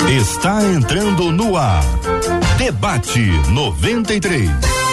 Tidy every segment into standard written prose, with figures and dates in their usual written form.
Está entrando no ar. Debate 93.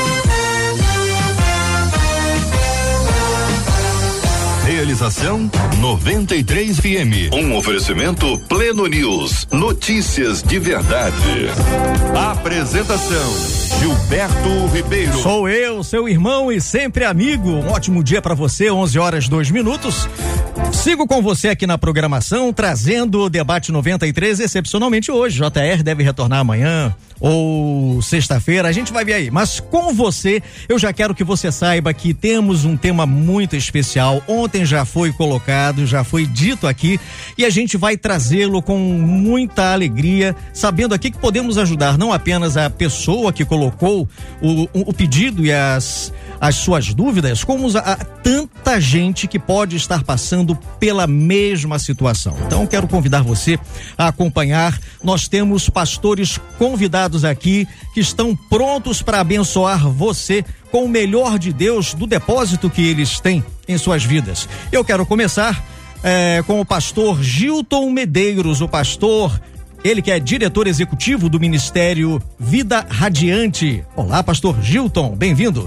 Realização 93 FM. Um oferecimento Pleno News. Notícias de verdade. Apresentação Gilberto Ribeiro. Sou eu, seu irmão e sempre amigo. Um ótimo dia para você, 11h02. Sigo com você aqui na programação, trazendo o Debate 93, excepcionalmente hoje. JR deve retornar amanhã ou sexta-feira, a gente vai ver aí. Mas com você, eu já quero que você saiba que temos um tema muito especial. Ontem já foi colocado, já foi dito aqui, e a gente vai trazê-lo com muita alegria, sabendo aqui que podemos ajudar não apenas a pessoa que colocou o pedido e as suas dúvidas, como a tanta gente que pode estar passando pela mesma situação. Então, quero convidar você a acompanhar. Nós temos pastores convidados aqui que estão prontos para abençoar você com o melhor de Deus, do depósito que eles têm em suas vidas. Eu quero começar com o pastor Gilton Medeiros, o pastor, ele que é diretor executivo do Ministério Vida Radiante. Olá, pastor Gilton, bem-vindo.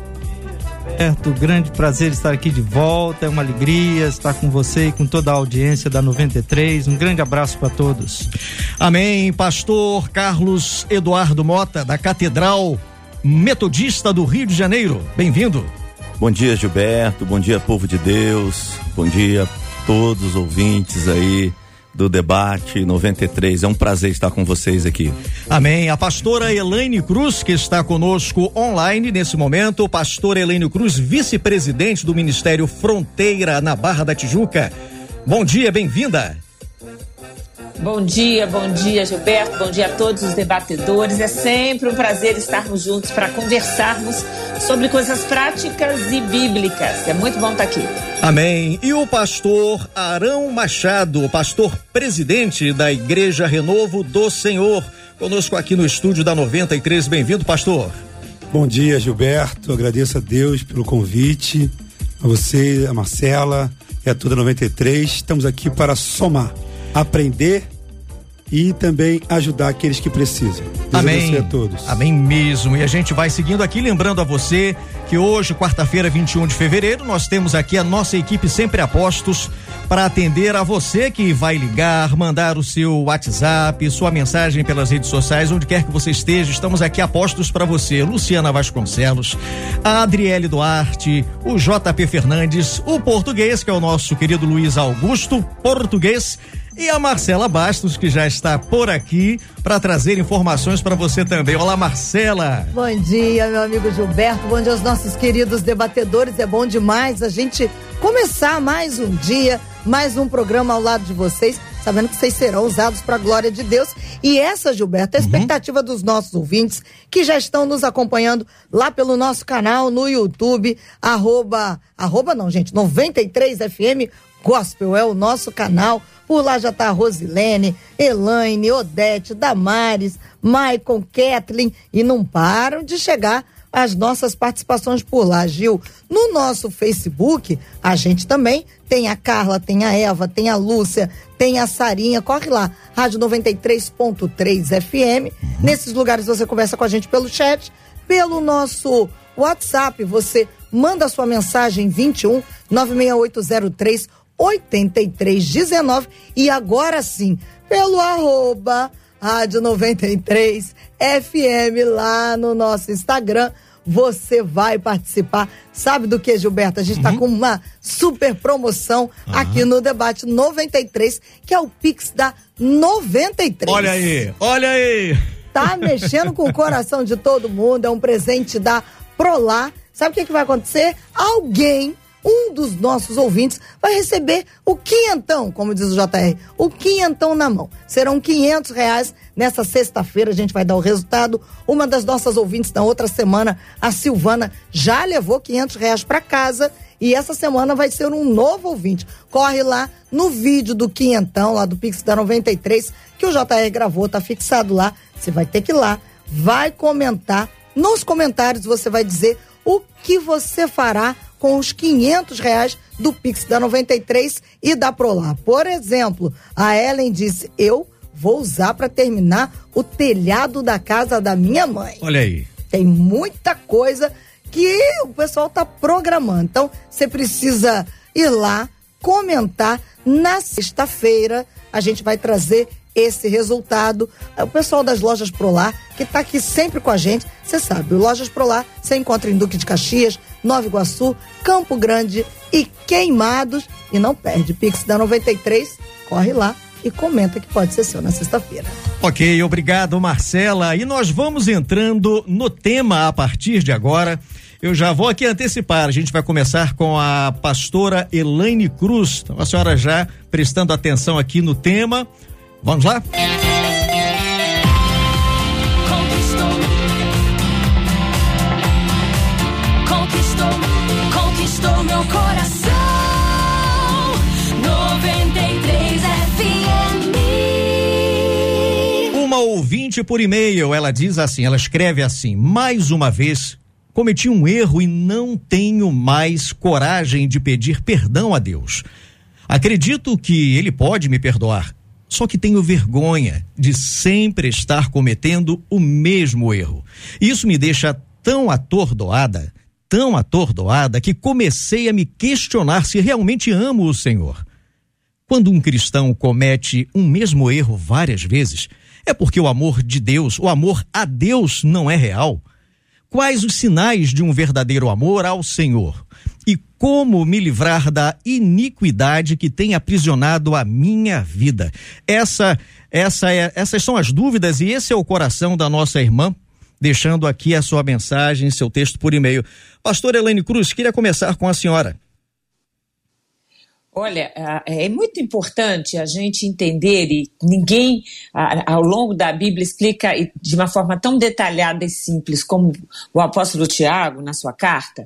Grande prazer estar aqui de volta, é uma alegria estar com você e com toda a audiência da 93, um grande abraço para todos. Amém. Pastor Carlos Eduardo Mota, da Catedral Metodista do Rio de Janeiro, bem-vindo. Bom dia, Gilberto, bom dia, povo de Deus, bom dia a todos os ouvintes aí do Debate 93, é um prazer estar com vocês aqui. Amém. A pastora Elaine Cruz, que está conosco online nesse momento, pastora Elaine Cruz, vice-presidente do Ministério Fronteira na Barra da Tijuca. Bom dia, bem-vinda. Bom dia, Gilberto, bom dia a todos os debatedores. É sempre um prazer estarmos juntos para conversarmos sobre coisas práticas e bíblicas. É muito bom estar aqui. Amém. E o pastor Arão Machado, pastor presidente da Igreja Renovo do Senhor, conosco aqui no estúdio da 93. Bem-vindo, pastor. Bom dia, Gilberto. Agradeço a Deus pelo convite, a você, a Marcela e a toda 93. Estamos aqui para somar, aprender e também ajudar aqueles que precisam. Deus abençoe a todos. Amém mesmo. E a gente vai seguindo aqui, lembrando a você que hoje, quarta-feira, 21 de fevereiro, nós temos aqui a nossa equipe sempre a postos para atender a você que vai ligar, mandar o seu WhatsApp, sua mensagem pelas redes sociais, onde quer que você esteja. Estamos aqui a postos para você. Luciana Vasconcelos, a Adriele Duarte, o JP Fernandes, o português, que é o nosso querido Luiz Augusto, português, e a Marcela Bastos, que já está por aqui para trazer informações para você também. Olá, Marcela. Bom dia, meu amigo Gilberto. Bom dia aos nossos queridos debatedores. É bom demais a gente começar mais um dia, mais um programa ao lado de vocês, sabendo que vocês serão usados para a glória de Deus. E essa, Gilberto, é a expectativa dos nossos ouvintes que já estão nos acompanhando lá pelo nosso canal no YouTube, arroba não, gente, 93FM Gospel é o nosso canal. Por lá já tá a Rosilene, Elaine, Odete, Damares, Maicon, Kathleen, e não param de chegar as nossas participações por lá, Gil. No nosso Facebook, a gente também tem a Carla, tem a Eva, tem a Lúcia, tem a Sarinha, corre lá, Rádio 93.3 FM. Nesses lugares você conversa com a gente pelo chat, pelo nosso WhatsApp, você manda a sua mensagem 21 96803 8319, e agora sim, pelo arroba Rádio 93 FM lá no nosso Instagram, você vai participar. Sabe do que, Gilberto? A gente tá com uma super promoção aqui no Debate 93, que é o Pix da 93. Olha aí. Tá mexendo com o coração de todo mundo, é um presente da Prolar. Sabe o que vai acontecer? Um dos nossos ouvintes vai receber o quinhentão, como diz o JR, o quinhentão na mão. Serão R$500 nessa sexta-feira, a gente vai dar o resultado. Uma das nossas ouvintes da outra semana, a Silvana, já levou R$500 para casa, e essa semana vai ser um novo ouvinte. Corre lá no vídeo do quinhentão, lá do Pix da 93, que o JR gravou, tá fixado lá. Você vai ter que ir lá, vai comentar. Nos comentários você vai dizer o que você fará com os R$500 do Pix da 93 e da Prolar. Por exemplo, a Ellen disse: eu vou usar para terminar o telhado da casa da minha mãe. Olha aí. Tem muita coisa que o pessoal tá programando. Então, você precisa ir lá, comentar. Na sexta-feira, a gente vai trazer esse resultado. O pessoal das Lojas Prolar, que tá aqui sempre com a gente, você sabe, o Lojas Prolar você encontra em Duque de Caxias, Nova Iguaçu, Campo Grande e Queimados. E não perde, Pix da 93, corre lá e comenta que pode ser seu na sexta-feira. Ok, obrigado, Marcela. E nós vamos entrando no tema a partir de agora. Eu já vou aqui antecipar, a gente vai começar com a pastora Elaine Cruz. Então, a senhora já prestando atenção aqui no tema. Vamos lá? Conquistou meu coração. 93 FM. Uma ouvinte por e-mail, ela diz assim, ela escreve assim: mais uma vez cometi um erro e não tenho mais coragem de pedir perdão a Deus. Acredito que Ele pode me perdoar, só que tenho vergonha de sempre estar cometendo o mesmo erro. Isso me deixa tão atordoada, que comecei a me questionar se realmente amo o Senhor. Quando um cristão comete um mesmo erro várias vezes, é porque o amor de Deus, o amor a Deus não é real? Quais os sinais de um verdadeiro amor ao Senhor? E como me livrar da iniquidade que tem aprisionado a minha vida? Essas são as dúvidas e esse é o coração da nossa irmã, deixando aqui a sua mensagem, seu texto por e-mail. Pastor Elaine Cruz, queria começar com a senhora. Olha, é muito importante a gente entender, e ninguém ao longo da Bíblia explica de uma forma tão detalhada e simples como o apóstolo Tiago, na sua carta,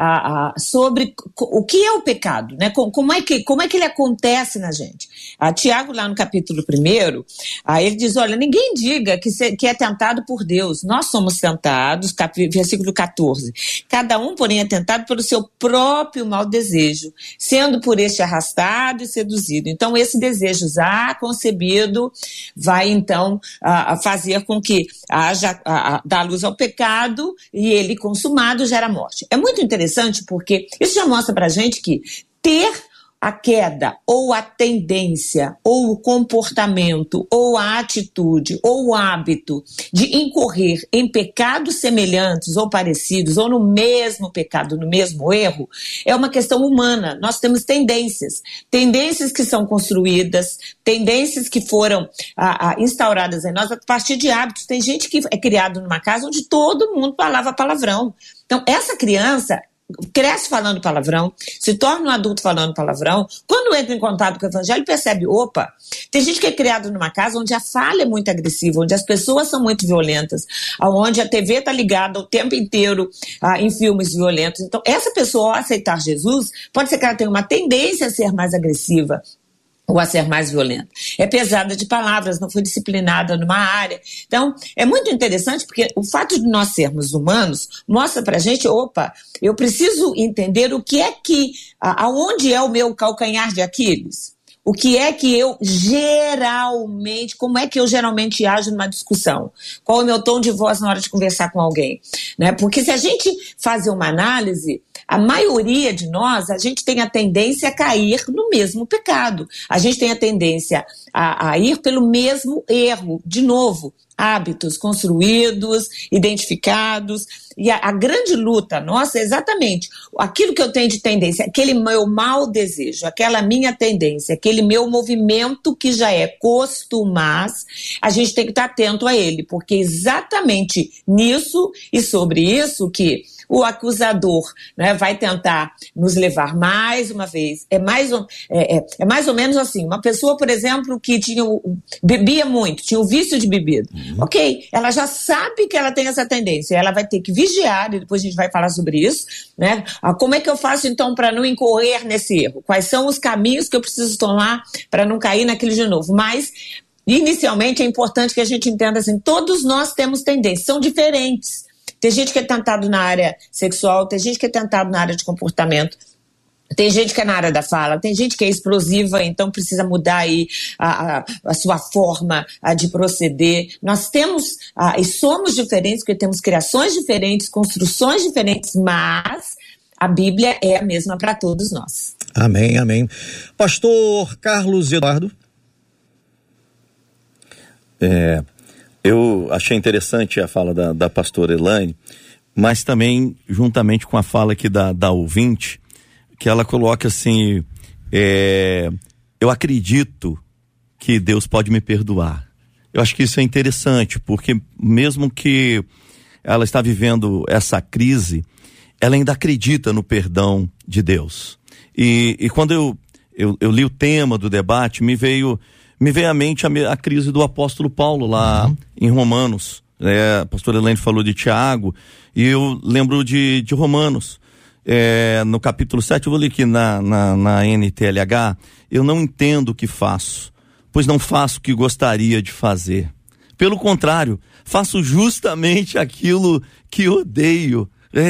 sobre o que é o pecado, né? Como é que ele acontece na gente. Tiago, lá no capítulo 1, ele diz, olha, ninguém diga que é tentado por Deus. Nós somos tentados, versículo 14. Cada um, porém, é tentado pelo seu próprio mau desejo, sendo por este arrastado e seduzido. Então, esse desejo já concebido vai, então, fazer com que haja, dar luz ao pecado e ele consumado gera morte. É muito interessante porque isso já mostra pra gente que ter a queda, ou a tendência, ou o comportamento, ou a atitude, ou o hábito de incorrer em pecados semelhantes ou parecidos, ou no mesmo pecado, no mesmo erro, é uma questão humana. Nós temos tendências que são construídas, tendências que foram instauradas em nós a partir de hábitos. Tem gente que é criado numa casa onde todo mundo falava palavrão. Então, essa criança cresce falando palavrão, se torna um adulto falando palavrão, quando entra em contato com o evangelho percebe, opa, tem gente que é criado numa casa onde a fala é muito agressiva, onde as pessoas são muito violentas, onde a TV está ligada o tempo inteiro em filmes violentos. Então essa pessoa, ao aceitar Jesus, pode ser que ela tenha uma tendência a ser mais agressiva ou a ser mais violenta. É pesada de palavras, não foi disciplinada numa área. Então, é muito interessante porque o fato de nós sermos humanos mostra pra gente, opa, eu preciso entender o que é que, aonde é o meu calcanhar de Aquiles. O que é que eu geralmente, como é que eu geralmente ajo numa discussão? Qual é o meu tom de voz na hora de conversar com alguém? Né? Porque se a gente fazer uma análise, a maioria de nós, a gente tem a tendência a cair no mesmo pecado. A gente tem a tendência a ir pelo mesmo erro. De novo, hábitos construídos, identificados. E a grande luta nossa é exatamente aquilo que eu tenho de tendência, aquele meu mau desejo, aquela minha tendência, aquele meu movimento que já é costumaz, a gente tem que estar atento a ele, porque é exatamente nisso e sobre isso que o acusador, né, vai tentar nos levar mais uma vez. É mais ou menos assim, uma pessoa, por exemplo, que bebia muito, tinha o vício de bebida. Ok, ela já sabe que ela tem essa tendência, ela vai ter que vigiar, e depois a gente vai falar sobre isso, né? Como é que eu faço então para não incorrer nesse erro? Quais são os caminhos que eu preciso tomar para não cair naquilo de novo? Mas, inicialmente, é importante que a gente entenda assim, todos nós temos tendências, são diferentes. Tem gente que é tentado na área sexual, tem gente que é tentado na área de comportamento. Tem gente que é na área da fala, tem gente que é explosiva, então precisa mudar aí a sua forma de proceder. Nós temos e somos diferentes, porque temos criações diferentes, construções diferentes, mas a Bíblia é a mesma para todos nós. Amém, amém. Pastor Carlos Eduardo. Eu achei interessante a fala da pastora Elaine, mas também juntamente com a fala aqui da ouvinte, que ela coloca assim, eu acredito que Deus pode me perdoar. Eu acho que isso é interessante, porque mesmo que ela está vivendo essa crise, ela ainda acredita no perdão de Deus. E quando eu li o tema do debate, me veio à mente a crise do apóstolo Paulo lá em Romanos. A pastora Elaine falou de Tiago, e eu lembro de Romanos. No capítulo 7, eu vou ler aqui na NTLH, eu não entendo o que faço, pois não faço o que gostaria de fazer. Pelo contrário, faço justamente aquilo que odeio.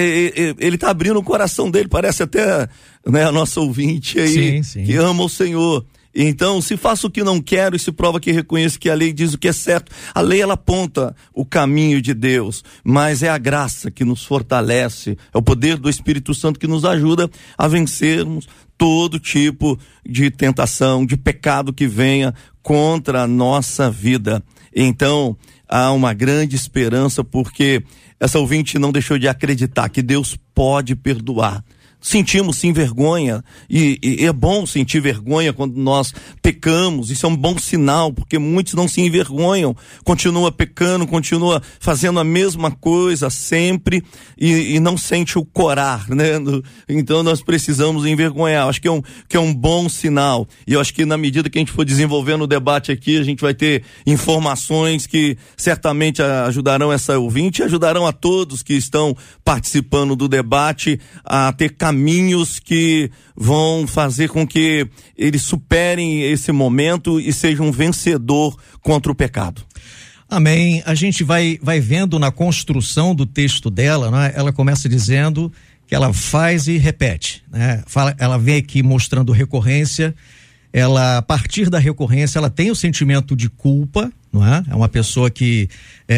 Ele está abrindo o coração dele, parece até, né, a nossa ouvinte aí, sim. Que ama o Senhor. Então, se faço o que não quero, isso prova que reconheço que a lei diz o que é certo. A lei, ela aponta o caminho de Deus, mas é a graça que nos fortalece, é o poder do Espírito Santo que nos ajuda a vencermos todo tipo de tentação, de pecado que venha contra a nossa vida. Então, há uma grande esperança, porque essa ouvinte não deixou de acreditar que Deus pode perdoar. Sentimos sim vergonha, e é bom sentir vergonha quando nós pecamos. Isso é um bom sinal, porque muitos não se envergonham, continua pecando, continua fazendo a mesma coisa sempre e não sente o corar, né? Então nós precisamos envergonhar. Acho que é um bom sinal, e eu acho que na medida que a gente for desenvolvendo o debate aqui, a gente vai ter informações que certamente ajudarão essa ouvinte, ajudarão a todos que estão participando do debate a ter caminhos que vão fazer com que eles superem esse momento e sejam um vencedor contra o pecado. Amém. A gente vai vendo na construção do texto dela, né? Ela começa dizendo que ela faz e repete, né? Ela vem aqui mostrando recorrência. Ela, a partir da recorrência, ela tem o sentimento de culpa, não é? É uma pessoa que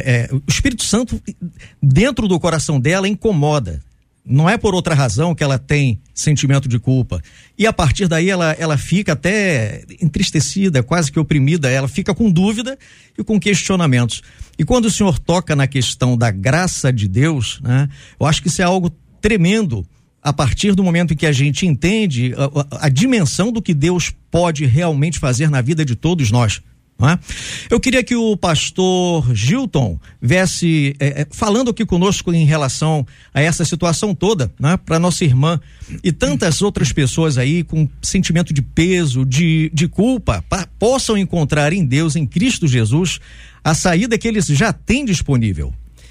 o Espírito Santo dentro do coração dela incomoda. Não é por outra razão que ela tem sentimento de culpa. E a partir daí ela fica até entristecida, quase que oprimida, ela fica com dúvida e com questionamentos. E quando o senhor toca na questão da graça de Deus, né, eu acho que isso é algo tremendo, a partir do momento em que a gente entende a dimensão do que Deus pode realmente fazer na vida de todos nós. Eu queria que o pastor Gilton viesse falando aqui conosco em relação a essa situação toda, né, para nossa irmã e tantas outras pessoas aí com sentimento de peso, de culpa, possam encontrar em Deus, em Cristo Jesus, a saída que eles já têm disponível.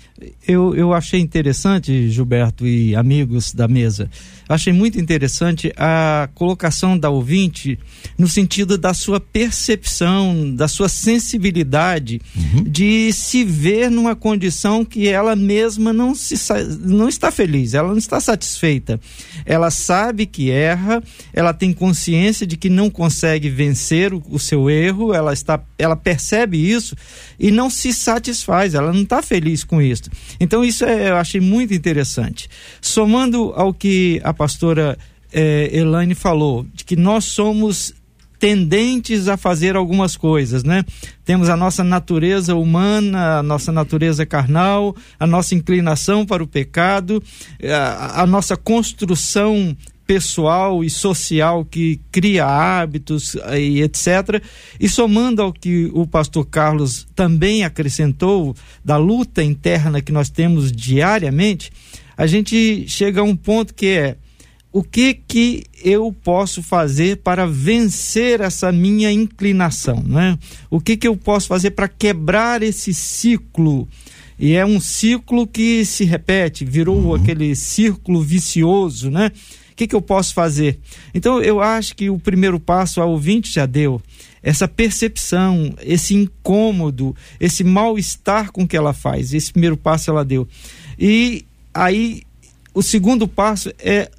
Eu achei interessante, Gilberto e amigos da mesa, achei muito interessante a colocação da ouvinte no sentido da sua percepção, da sua sensibilidade, de se ver numa condição que ela mesma não está feliz, ela não está satisfeita. Ela sabe que erra, ela tem consciência de que não consegue vencer o seu erro, ela percebe isso e não se satisfaz, ela não está feliz com isso. Então isso eu achei muito interessante. Somando ao que a pastora Elaine falou, de que nós somos tendentes a fazer algumas coisas, né? Temos a nossa natureza humana, a nossa natureza carnal, a nossa inclinação para o pecado, a nossa construção pessoal e social que cria hábitos e etc. E somando ao que o pastor Carlos também acrescentou da luta interna que nós temos diariamente, a gente chega a um ponto que é: o que eu posso fazer para vencer essa minha inclinação, né? O que eu posso fazer para quebrar esse ciclo? E é um ciclo que se repete, virou aquele círculo vicioso, né? O que eu posso fazer? Então eu acho que o primeiro passo a ouvinte já deu, essa percepção, esse incômodo, esse mal-estar com que ela faz, esse primeiro passo ela deu. E aí o segundo passo é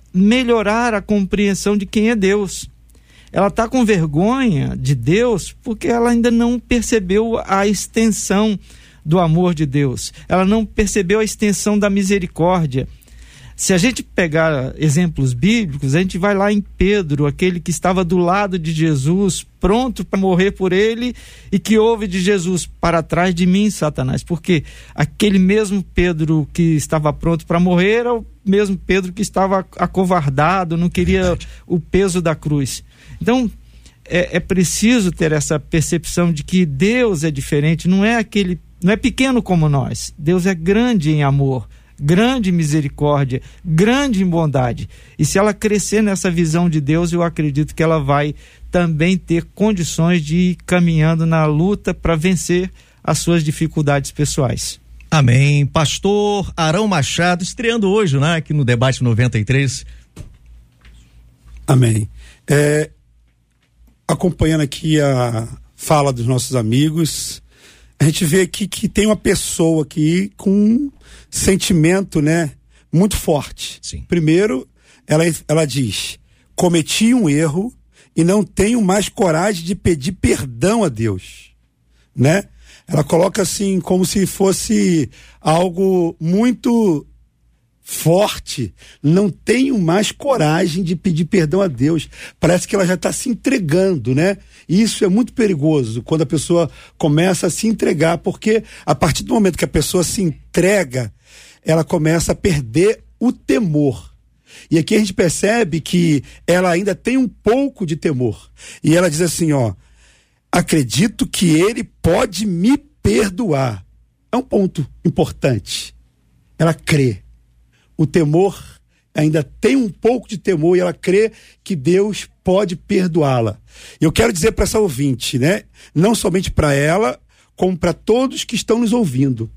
melhorar a compreensão de quem é Deus. Ela está com vergonha de Deus porque ela ainda não percebeu a extensão do amor de Deus. Ela não percebeu a extensão da misericórdia. Se a gente pegar exemplos bíblicos, a gente vai lá em Pedro, aquele que estava do lado de Jesus, pronto para morrer por ele, e que ouve de Jesus: para trás de mim, Satanás. Porque aquele mesmo Pedro que estava pronto para morrer era o mesmo Pedro que estava acovardado, não queria o peso da cruz. Então, é preciso ter essa percepção de que Deus é diferente, não é pequeno como nós. Deus é grande em amor, grande em misericórdia, grande em bondade. E se ela crescer nessa visão de Deus, eu acredito que ela vai também ter condições de ir caminhando na luta para vencer as suas dificuldades pessoais. Amém. Pastor Arão Machado, estreando hoje, né, aqui no Debate 93. Amém. Acompanhando aqui a fala dos nossos amigos, a gente vê aqui que tem uma pessoa aqui com um sentimento, né, muito forte. Sim. Primeiro, ela diz: cometi um erro e não tenho mais coragem de pedir perdão a Deus, né? Ela coloca assim como se fosse algo muito forte. Não tenho mais coragem de pedir perdão a Deus. Parece que ela já está se entregando, né? E isso é muito perigoso quando a pessoa começa a se entregar, porque a partir do momento que a pessoa se entrega, ela começa a perder o temor. E aqui a gente percebe que ela ainda tem um pouco de temor. E ela diz assim, ó: acredito que ele pode me perdoar. É um ponto importante. Ela crê. O temor, ainda tem um pouco de temor, e ela crê que Deus pode perdoá-la. Eu quero dizer para essa ouvinte, né? Não somente para ela, como para todos que estão nos ouvindo.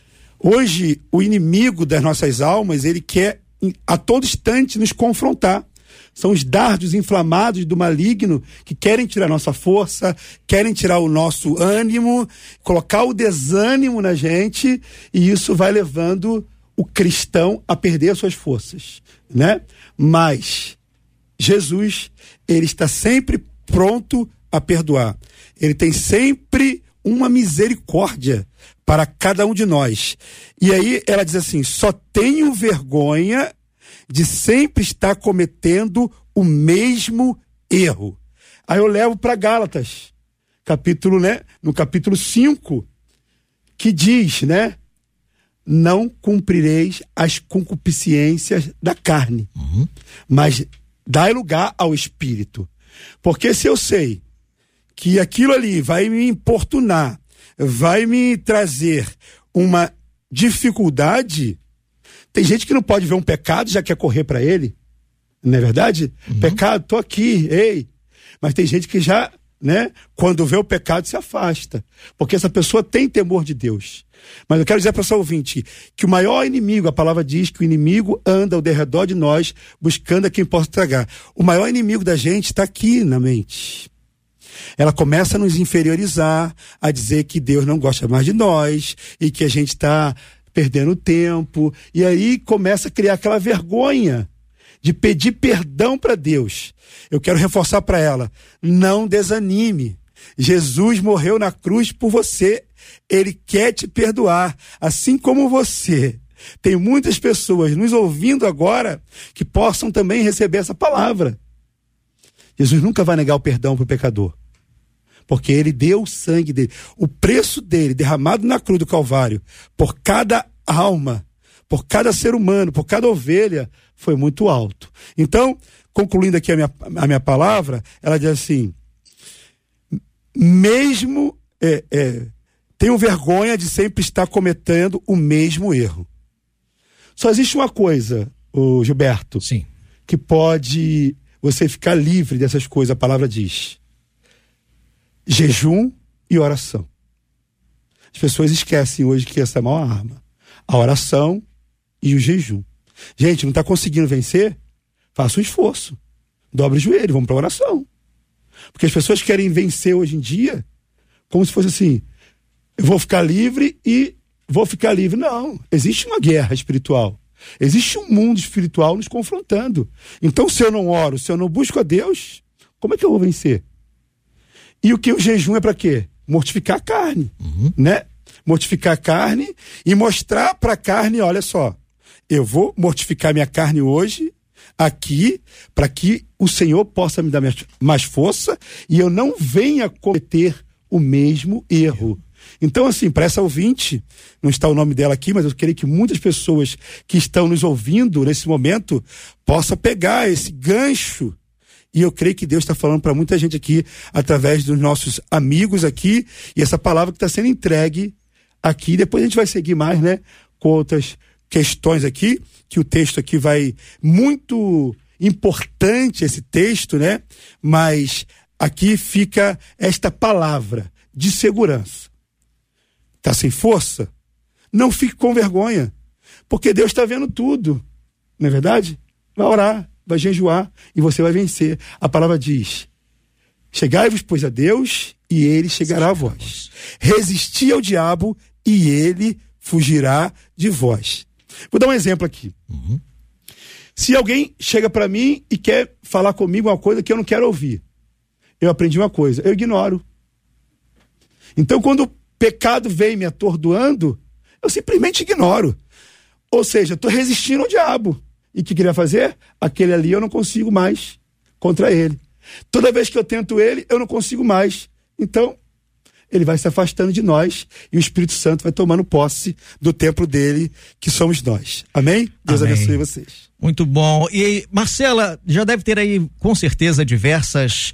Hoje, o inimigo das nossas almas, ele quer a todo instante nos confrontar. São os dardos inflamados do maligno que querem tirar nossa força, querem tirar o nosso ânimo, colocar o desânimo na gente, e isso vai levando o cristão a perder as suas forças, né? Mas Jesus, ele está sempre pronto a perdoar. Ele tem sempre uma misericórdia para cada um de nós. E aí ela diz assim: só tenho vergonha de sempre estar cometendo o mesmo erro. Aí eu levo para Gálatas, capítulo, né? No capítulo 5, que diz, né? Não cumprireis as concupiscências da carne, mas dai lugar ao Espírito. Porque se eu sei que aquilo ali vai me importunar, vai me trazer uma dificuldade, tem gente que não pode ver um pecado, já quer correr para ele, não é verdade? Pecado, tô aqui, ei. Mas tem gente que já, né, quando vê o pecado se afasta, porque essa pessoa tem temor de Deus. Mas eu quero dizer para essa ouvinte que o maior inimigo, a palavra diz que o inimigo anda ao derredor de nós, buscando a quem possa estragar. O maior inimigo da gente está aqui na mente. Ela começa a nos inferiorizar, a dizer que Deus não gosta mais de nós e que a gente está perdendo tempo. E aí começa a criar aquela vergonha de pedir perdão para Deus. Eu quero reforçar para ela: não desanime. Jesus morreu na cruz por você. Ele quer te perdoar, assim como você. Tem muitas pessoas nos ouvindo agora que possam também receber essa palavra. Jesus nunca vai negar o perdão para o pecador, porque ele deu o sangue dele, o preço dele derramado na cruz do Calvário, por cada alma, por cada ser humano, por cada ovelha, foi muito alto. Então, concluindo aqui a minha palavra, ela diz assim: mesmo tenho vergonha de sempre estar cometendo o mesmo erro. Só existe uma coisa, Gilberto, sim, que pode você ficar livre dessas coisas. A palavra diz: jejum e oração. As pessoas esquecem hoje que essa é a maior arma: a oração e o jejum. Gente, não está conseguindo vencer? Faça um esforço, dobre o joelho, vamos para a oração. Porque as pessoas querem vencer hoje em dia como se fosse assim: eu vou ficar livre e vou ficar livre. Não, existe uma guerra espiritual. Existe um mundo espiritual nos confrontando. Então, se eu não oro, se eu não busco a Deus, como é que eu vou vencer? E o que o jejum é para quê? Mortificar a carne, né? Mortificar a carne e mostrar para a carne, olha só, eu vou mortificar minha carne hoje, aqui, para que o Senhor possa me dar mais força e eu não venha cometer o mesmo erro. Então, assim, para essa ouvinte, não está o nome dela aqui, mas eu queria que muitas pessoas que estão nos ouvindo nesse momento possam pegar esse gancho. E eu creio que Deus está falando para muita gente aqui, através dos nossos amigos aqui, e essa palavra que está sendo entregue aqui. Depois a gente vai seguir mais, né, com outras questões aqui, que o texto aqui vai muito importante, esse texto, né? Mas aqui fica esta palavra de segurança. Está sem força? Não fique com vergonha, porque Deus está vendo tudo, não é verdade? Vai orar, vai jejuar e você vai vencer. A palavra diz: chegai-vos, pois, a Deus e ele chegará a vós. Resisti ao diabo e ele fugirá de vós. Vou dar um exemplo aqui. Se alguém chega para mim e quer falar comigo uma coisa que eu não quero ouvir, eu aprendi uma coisa: eu ignoro. Então, quando o pecado vem me atordoando, eu simplesmente ignoro. Ou seja, estou resistindo ao diabo. E o que queria fazer? Aquele ali eu não consigo mais contra ele. Toda vez que eu tento ele, eu não consigo mais. Então, ele vai se afastando de nós e o Espírito Santo vai tomando posse do templo dele, que somos nós. Amém? Deus abençoe vocês. Muito bom. E Marcela, já deve ter aí com certeza diversas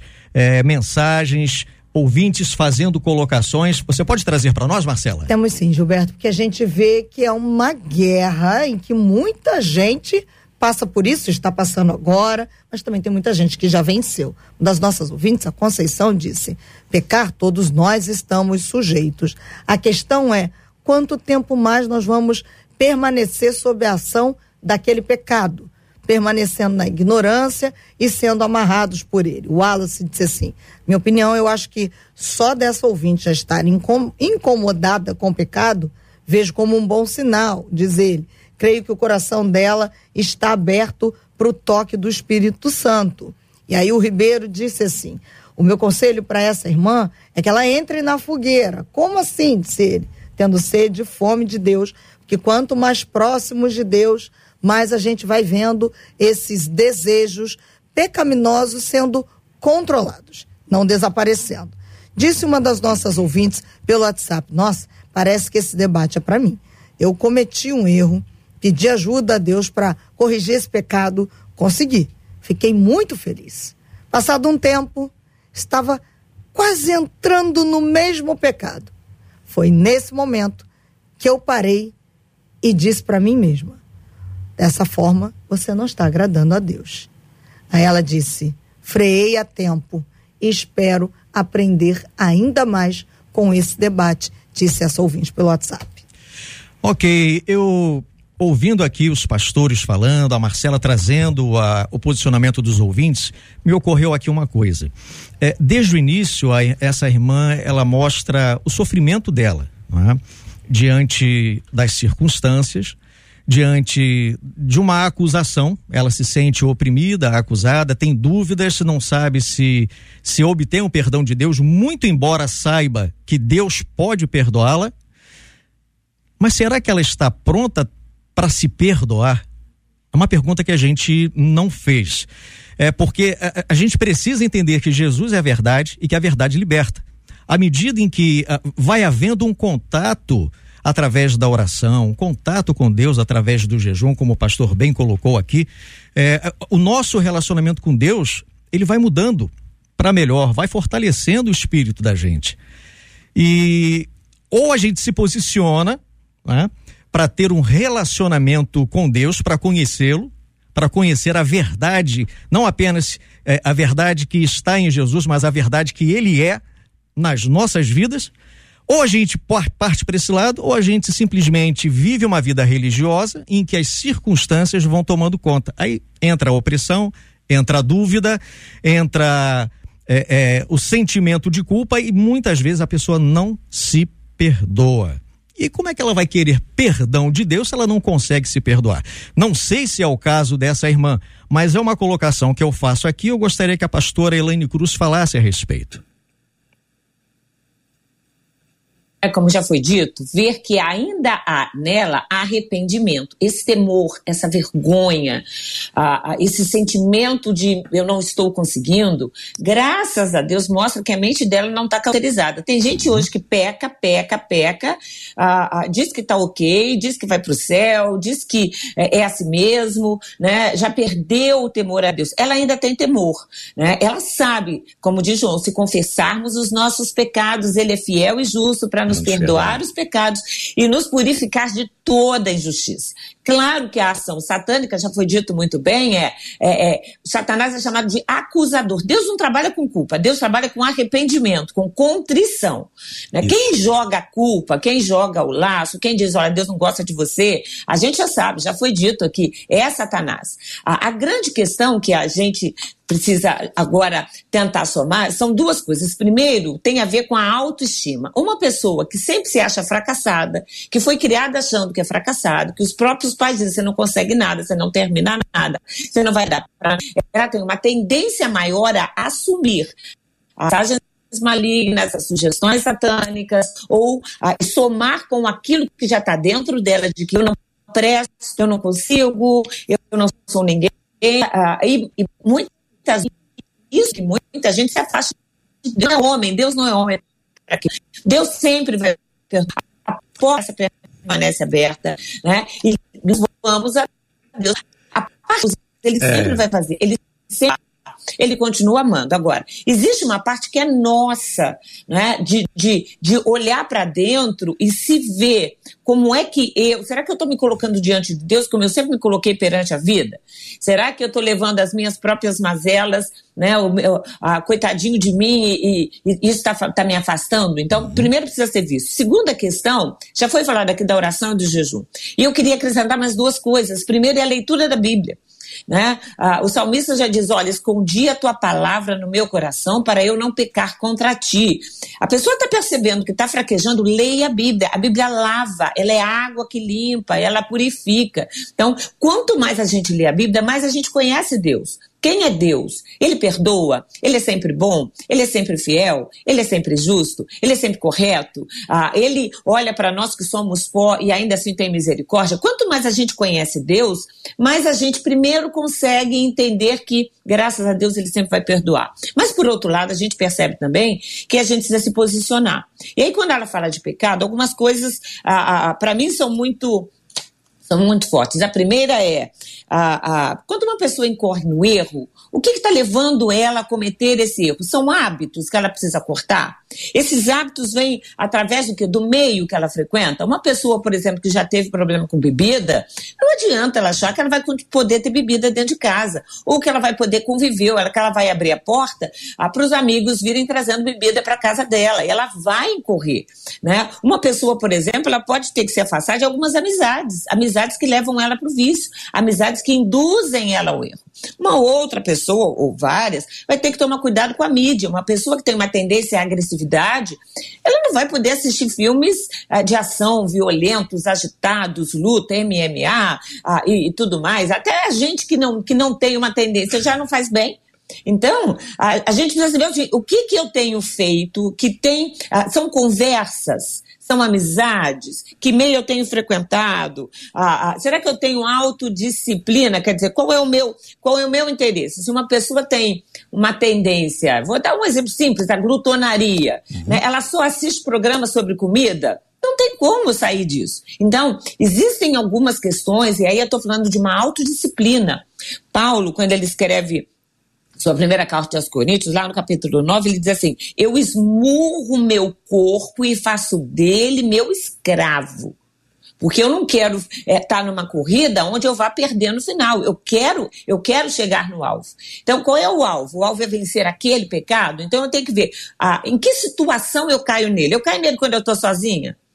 mensagens, ouvintes fazendo colocações. Você pode trazer para nós, Marcela? Temos sim, Gilberto, porque a gente vê que é uma guerra em que muita gente passa por isso, está passando agora, mas também tem muita gente que já venceu. Uma das nossas ouvintes, a Conceição, disse: pecar, todos nós estamos sujeitos. A questão é, quanto tempo mais nós vamos permanecer sob a ação daquele pecado? Permanecendo na ignorância e sendo amarrados por ele. O Wallace disse assim: minha opinião, eu acho que só dessa ouvinte já estar incomodada com o pecado, vejo como um bom sinal, diz ele. Creio que o coração dela está aberto para o toque do Espírito Santo. E aí o Ribeiro disse assim: o meu conselho para essa irmã é que ela entre na fogueira. Como assim, disse ele? Tendo sede e fome de Deus, porque quanto mais próximos de Deus, mais a gente vai vendo esses desejos pecaminosos sendo controlados, não desaparecendo. Disse uma das nossas ouvintes pelo WhatsApp: nossa, parece que esse debate é para mim. Eu cometi um erro, pedi ajuda a Deus para corrigir esse pecado, consegui. Fiquei muito feliz. Passado um tempo, estava quase entrando no mesmo pecado. Foi nesse momento que eu parei e disse para mim mesma: dessa forma, você não está agradando a Deus. Aí ela disse: freiei a tempo e espero aprender ainda mais com esse debate, disse essa ouvinte pelo WhatsApp. Ok, eu ouvindo aqui os pastores falando, a Marcela trazendo o posicionamento dos ouvintes, me ocorreu aqui uma coisa. Desde o início, essa irmã, ela mostra o sofrimento dela, não é? Diante das circunstâncias, diante de uma acusação, ela se sente oprimida, acusada, tem dúvidas, não sabe se obtém o perdão de Deus, muito embora saiba que Deus pode perdoá-la. Mas será que ela está pronta para se perdoar? É uma pergunta que a gente não fez. Porque a gente precisa entender que Jesus é a verdade e que a verdade liberta. À medida em que vai havendo um contato através da oração, um contato com Deus através do jejum, como o pastor bem colocou aqui, o nosso relacionamento com Deus, ele vai mudando para melhor, vai fortalecendo o espírito da gente. E ou a gente se posiciona, né, para ter um relacionamento com Deus, para conhecê-lo, para conhecer a verdade, não apenas a verdade que está em Jesus, mas a verdade que ele é nas nossas vidas. Ou a gente parte para esse lado, ou a gente simplesmente vive uma vida religiosa em que as circunstâncias vão tomando conta. Aí entra a opressão, entra a dúvida, entra o sentimento de culpa e muitas vezes a pessoa não se perdoa. E como é que ela vai querer perdão de Deus se ela não consegue se perdoar? Não sei se é o caso dessa irmã, mas é uma colocação que eu faço aqui. Eu gostaria que a pastora Elaine Cruz falasse a respeito. Como já foi dito, ver que ainda há nela arrependimento, esse temor, essa vergonha, esse sentimento de eu não estou conseguindo, graças a Deus mostra que a mente dela não está cauterizada. Tem gente hoje que peca, diz que está ok, diz que vai para o céu, diz que é assim mesmo, né? Já perdeu o temor a Deus. Ela ainda tem temor, né? Ela sabe, como diz João, se confessarmos os nossos pecados, ele é fiel e justo para nos perdoar os pecados e nos purificar de toda injustiça. Claro que a ação satânica, já foi dito muito bem, Satanás é chamado de acusador. Deus não trabalha com culpa, Deus trabalha com arrependimento, com contrição, né? Quem joga a culpa, quem joga o laço, quem diz, olha, Deus não gosta de você, a gente já sabe, já foi dito aqui, é Satanás. A grande questão que a gente precisa agora tentar somar são duas coisas. Primeiro, tem a ver com a autoestima. Uma pessoa que sempre se acha fracassada, que foi criada achando que é fracassado, que os próprios pais dizem, você não consegue nada, você não termina nada, você não vai dar pra... Ela tem uma tendência maior a assumir as mensagens malignas, as sugestões satânicas, ou a somar com aquilo que já está dentro dela, de que eu não presto, eu não consigo, eu não sou ninguém, e muita gente se afasta de Deus. Não é homem, Deus não é homem. Deus sempre vai perdoar. A porta permanece aberta, né? E nós vamos a Deus. A parte ele sempre vai fazer. Ele continua amando. Agora, existe uma parte que é nossa, né? De olhar para dentro e se ver como é que será que eu estou me colocando diante de Deus como eu sempre me coloquei perante a vida? Será que eu estou levando as minhas próprias mazelas, né? Coitadinho de mim e isso está me afastando? Então, primeiro precisa ser visto. Segunda questão, já foi falado aqui da oração e do jejum. E eu queria acrescentar mais duas coisas. Primeiro é a leitura da Bíblia. Né? O salmista já diz, olha, escondi a tua palavra no meu coração para eu não pecar contra ti. A pessoa está percebendo que está fraquejando, leia a Bíblia lava, ela é água que limpa, ela purifica. Então, quanto mais a gente lê a Bíblia, mais a gente conhece Deus. Quem é Deus? Ele perdoa, ele é sempre bom, ele é sempre fiel, ele é sempre justo, ele é sempre correto, ele olha para nós que somos pó e ainda assim tem misericórdia. Quanto mais a gente conhece Deus, mais a gente primeiro consegue entender que, graças a Deus, ele sempre vai perdoar. Mas, por outro lado, a gente percebe também que a gente precisa se posicionar. E aí, quando ela fala de pecado, algumas coisas, para mim, são muito fortes. A primeira é, quando uma pessoa incorre no erro, o que está levando ela a cometer esse erro? São hábitos que ela precisa cortar? Esses hábitos vêm através do quê? Do meio que ela frequenta. Uma pessoa, por exemplo, que já teve problema com bebida, não adianta ela achar que ela vai poder ter bebida dentro de casa, ou que ela vai poder conviver, ou que ela vai abrir a porta para os amigos virem trazendo bebida para casa dela, e ela vai incorrer, né? Uma pessoa, por exemplo, ela pode ter que se afastar de algumas amizades que levam ela para o vício, amizades que induzem ela ao erro. Uma outra pessoa, ou várias, vai ter que tomar cuidado com a mídia. Uma pessoa que tem uma tendência à agressividade, ela não vai poder assistir filmes de ação violentos, agitados, luta, MMA e tudo mais. Até a gente que não tem uma tendência já não faz bem. Então, a gente precisa saber o que eu tenho feito, são conversas, são amizades, que meio eu tenho frequentado, será que eu tenho autodisciplina? Quer dizer, qual é o meu interesse? Se uma pessoa tem uma tendência, vou dar um exemplo simples, a glutonaria, né? Ela só assiste programas sobre comida, não tem como sair disso. Então, existem algumas questões, e aí eu estou falando de uma autodisciplina. Paulo, quando ele escreve sua primeira carta aos Coríntios, lá no capítulo 9, ele diz assim, eu esmurro meu corpo e faço dele meu escravo. Porque eu não quero estar numa corrida onde eu vá perder no final. Eu quero chegar no alvo. Então, qual é o alvo? O alvo é vencer aquele pecado? Então, eu tenho que ver em que situação eu caio nele. Eu caio nele quando eu estou sozinha?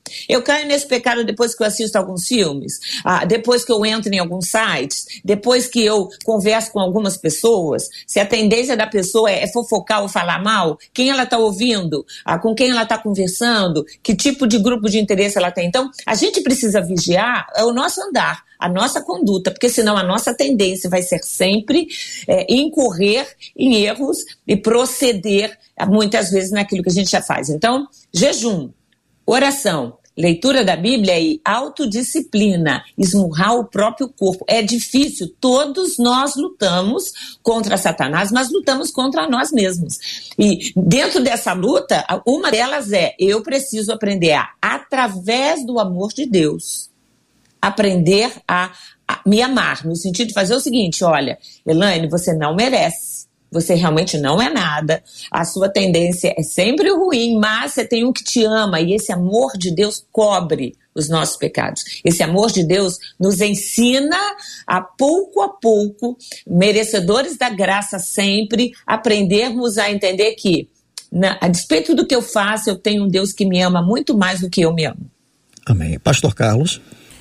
Eu caio nesse pecado depois que eu assisto alguns filmes, depois que eu entro em alguns sites, depois que eu converso com algumas pessoas. Se a tendência da pessoa é fofocar ou falar mal, quem ela está ouvindo, com quem ela está conversando, que tipo de grupo de interesse ela tem. Então, a gente precisa vigiar o nosso andar, a nossa conduta, porque senão a nossa tendência vai ser sempre incorrer em erros e proceder muitas vezes naquilo que a gente já faz. Então, jejum, oração, leitura da Bíblia e autodisciplina, esmurrar o próprio corpo. É difícil, todos nós lutamos contra Satanás, mas lutamos contra nós mesmos. E dentro dessa luta, uma delas eu preciso aprender através do amor de Deus, aprender a me amar, no sentido de fazer o seguinte: olha, Elaine, você não merece. Você realmente não é nada, a sua tendência é sempre ruim, mas você tem um que te ama, e esse amor de Deus cobre os nossos pecados. Esse amor de Deus nos ensina a pouco, merecedores da graça sempre, aprendermos a entender que, a despeito do que eu faço, eu tenho um Deus que me ama muito mais do que eu me amo. Amém. Pastor Carlos?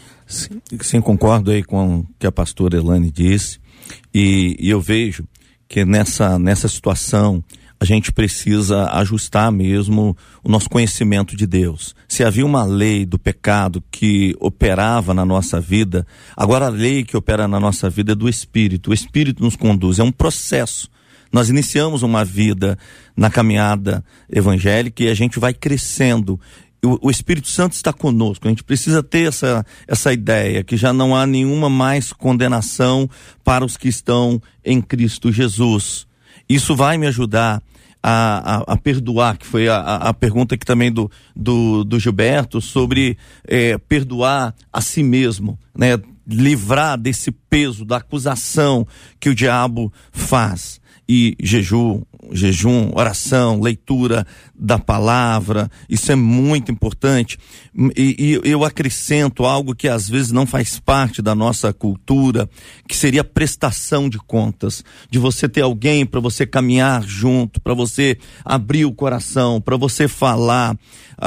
Sim, concordo aí com o que a pastora Elaine disse, e eu vejo que nessa situação a gente precisa ajustar mesmo o nosso conhecimento de Deus. Se havia uma lei do pecado que operava na nossa vida, agora a lei que opera na nossa vida é do Espírito. O Espírito nos conduz, é um processo. Nós iniciamos uma vida na caminhada evangélica e a gente vai crescendo. O Espírito Santo está conosco. A gente precisa ter essa ideia que já não há nenhuma mais condenação para os que estão em Cristo Jesus. Isso vai me ajudar a perdoar, que foi a pergunta aqui também do Gilberto, sobre perdoar a si mesmo, né? Livrar desse peso da acusação que o diabo faz. E jejum, oração, leitura da palavra, isso é muito importante. E eu acrescento algo que às vezes não faz parte da nossa cultura, que seria a prestação de contas, de você ter alguém para você caminhar junto, para você abrir o coração, para você falar.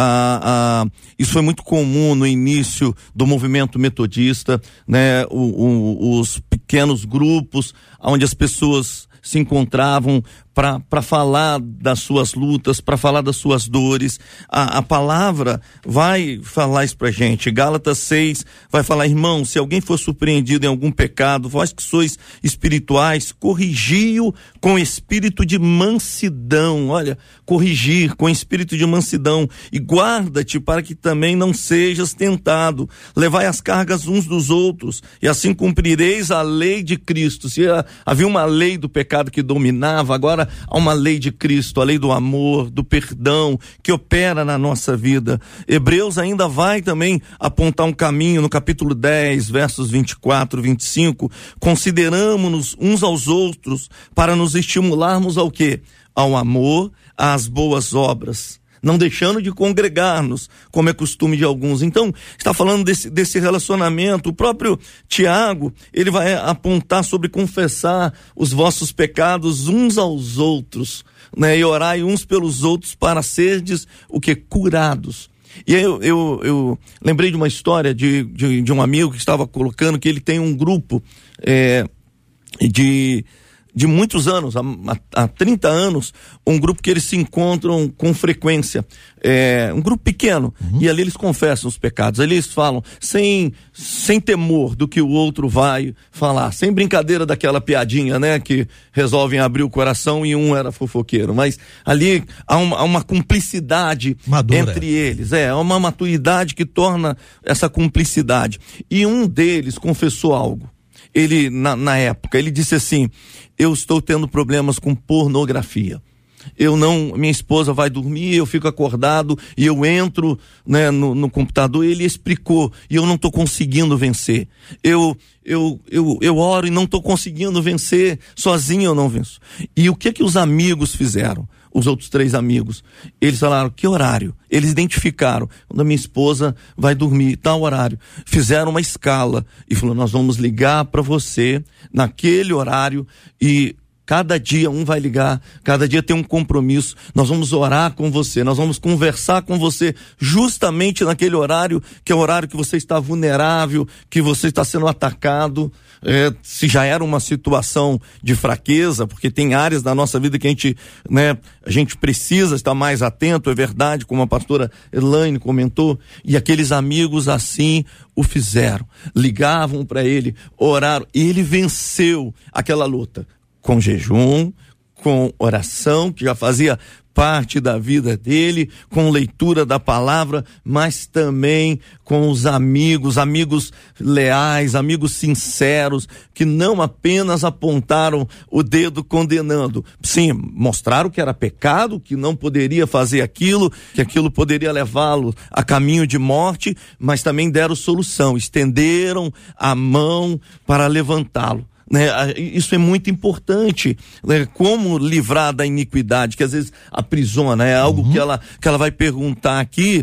Isso foi muito comum no início do movimento metodista, né? Os pequenos grupos onde as pessoas se encontravam para falar das suas lutas, para falar das suas dores. A palavra vai falar isso pra gente. Gálatas 6 vai falar: irmão, se alguém for surpreendido em algum pecado, vós que sois espirituais, corrigi-o com espírito de mansidão. Olha, corrigir com espírito de mansidão. E guarda-te para que também não sejas tentado. Levai as cargas uns dos outros, e assim cumprireis a lei de Cristo. Se havia uma lei do pecado que dominava, agora há uma lei de Cristo, a lei do amor, do perdão, que opera na nossa vida. Hebreus ainda vai também apontar um caminho no capítulo 10, versos 24, 25. Consideramo-nos uns aos outros para nos estimularmos ao quê? Ao amor, às boas obras, não deixando de congregar-nos, como é costume de alguns. Então, está falando desse relacionamento. O próprio Tiago, ele vai apontar sobre confessar os vossos pecados uns aos outros, né? E orai uns pelos outros para serdes o que? Curados. E aí eu lembrei de uma história de um amigo que estava colocando que ele tem um grupo de muitos anos, há 30 anos, um grupo que eles se encontram com frequência, um grupo pequeno, e ali eles confessam os pecados, ali eles falam sem temor do que o outro vai falar, sem brincadeira daquela piadinha, né, que resolvem abrir o coração e um era fofoqueiro, mas ali há uma cumplicidade madura entre eles, uma maturidade que torna essa cumplicidade. E um deles confessou algo. Ele, na época, ele disse assim: eu estou tendo problemas com pornografia. Minha esposa vai dormir, eu fico acordado e eu entro, né, no computador. Ele explicou, e eu não estou conseguindo vencer. Eu oro e não estou conseguindo vencer, sozinho eu não venço. E o que os amigos fizeram? Os outros 3 amigos, eles falaram: que horário? Eles identificaram, quando a minha esposa vai dormir, tal horário. Fizeram uma escala e falou: nós vamos ligar para você naquele horário, e Cada dia um vai ligar, cada dia tem um compromisso. Nós vamos orar com você, nós vamos conversar com você justamente naquele horário, que é o horário que você está vulnerável, que você está sendo atacado. Se já era uma situação de fraqueza, porque tem áreas da nossa vida que a gente precisa estar mais atento, é verdade, como a pastora Elaine comentou, e aqueles amigos assim o fizeram, ligavam para ele, oraram, e ele venceu aquela luta com jejum, com oração, que já fazia parte da vida dele, com leitura da palavra, mas também com os amigos leais, amigos sinceros, que não apenas apontaram o dedo condenando, sim, mostraram que era pecado, que não poderia fazer aquilo, que aquilo poderia levá-lo a caminho de morte, mas também deram solução, estenderam a mão para levantá-lo. Isso é muito importante, como livrar da iniquidade, que às vezes aprisiona, é algo que ela vai perguntar aqui.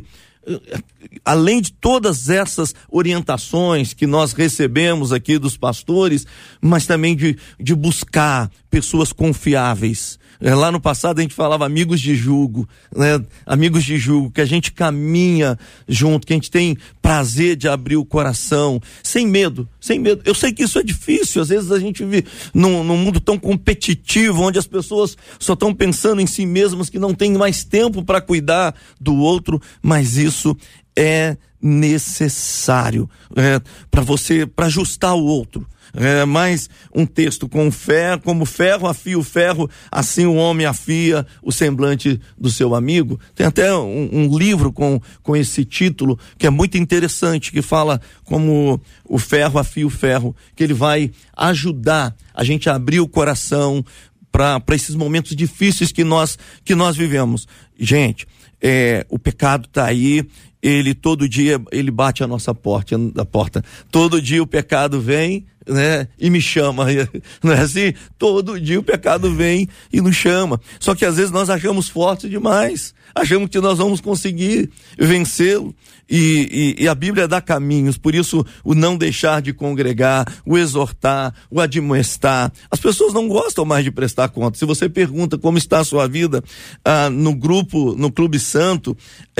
Além de todas essas orientações que nós recebemos aqui dos pastores, mas também de buscar pessoas confiáveis. Lá no passado a gente falava amigos de jugo, amigos de jugo, que a gente caminha junto, que a gente tem prazer de abrir o coração, sem medo. Eu sei que isso é difícil, às vezes a gente vive num mundo tão competitivo, onde as pessoas só estão pensando em si mesmas, que não tem mais tempo para cuidar do outro, mas isso é necessário para ajustar o outro. Mais um texto com fé, como ferro afia o ferro, assim o homem afia o semblante do seu amigo. Tem até um livro com esse título, que é muito interessante, que fala como o ferro afia o ferro, que ele vai ajudar a gente a abrir o coração para esses momentos difíceis que nós vivemos. Gente, o pecado está aí, ele todo dia ele bate a nossa porta. Todo dia o pecado vem, e me chama, não é assim? Todo dia o pecado vem e nos chama. Só que às vezes nós achamos fortes demais, achamos que nós vamos conseguir vencê-lo. E a Bíblia dá caminhos, por isso o não deixar de congregar, o exortar, o admoestar. As pessoas não gostam mais de prestar conta. Se você pergunta como está a sua vida no Clube Santo,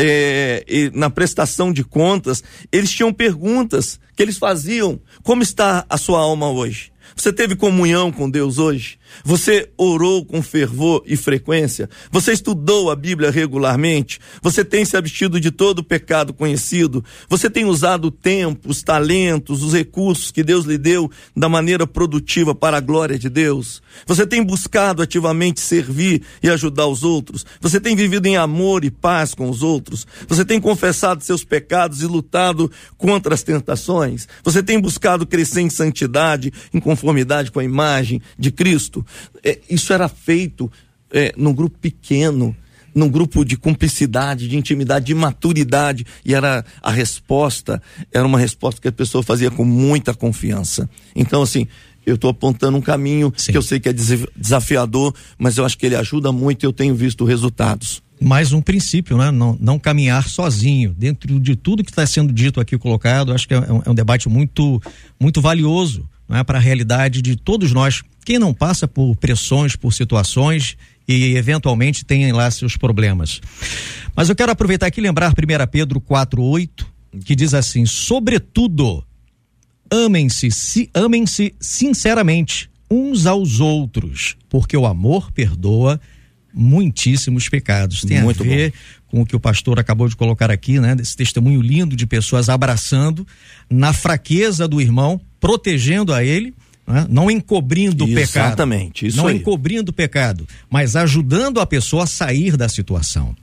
na prestação de contas, eles tinham perguntas que eles faziam. Como está a sua alma hoje? Você teve comunhão com Deus hoje? Você orou com fervor e frequência? Você estudou a Bíblia regularmente? Você tem se abstido de todo o pecado conhecido? Você tem usado o tempo, os talentos, os recursos que Deus lhe deu da maneira produtiva para a glória de Deus? Você tem buscado ativamente servir e ajudar os outros? Você tem vivido em amor e paz com os outros? Você tem confessado seus pecados e lutado contra as tentações? Você tem buscado crescer em santidade, em conformidade com a imagem de Cristo? Isso era feito num grupo pequeno, num grupo de cumplicidade, de intimidade, de maturidade, e era uma resposta que a pessoa fazia com muita confiança. Então, assim, eu estou apontando um caminho que eu sei que é desafiador, mas eu acho que ele ajuda muito e eu tenho visto resultados. Mais um princípio, né? Não caminhar sozinho. Dentro de tudo que está sendo dito aqui, colocado, acho que é um debate muito, muito valioso, né? Para a realidade de todos nós. Quem não passa por pressões, por situações e eventualmente tem lá seus problemas. Mas eu quero aproveitar aqui e lembrar 1 Pedro 4:8, que diz assim: sobretudo, amem-se sinceramente uns aos outros, porque o amor perdoa muitíssimos pecados. Tem muito a ver com o que o pastor acabou de colocar aqui, né? Desse testemunho lindo de pessoas abraçando na fraqueza do irmão, protegendo a ele, né? Não encobrindo o pecado. Exatamente, isso aí. Não encobrindo o pecado, mas ajudando a pessoa a sair da situação.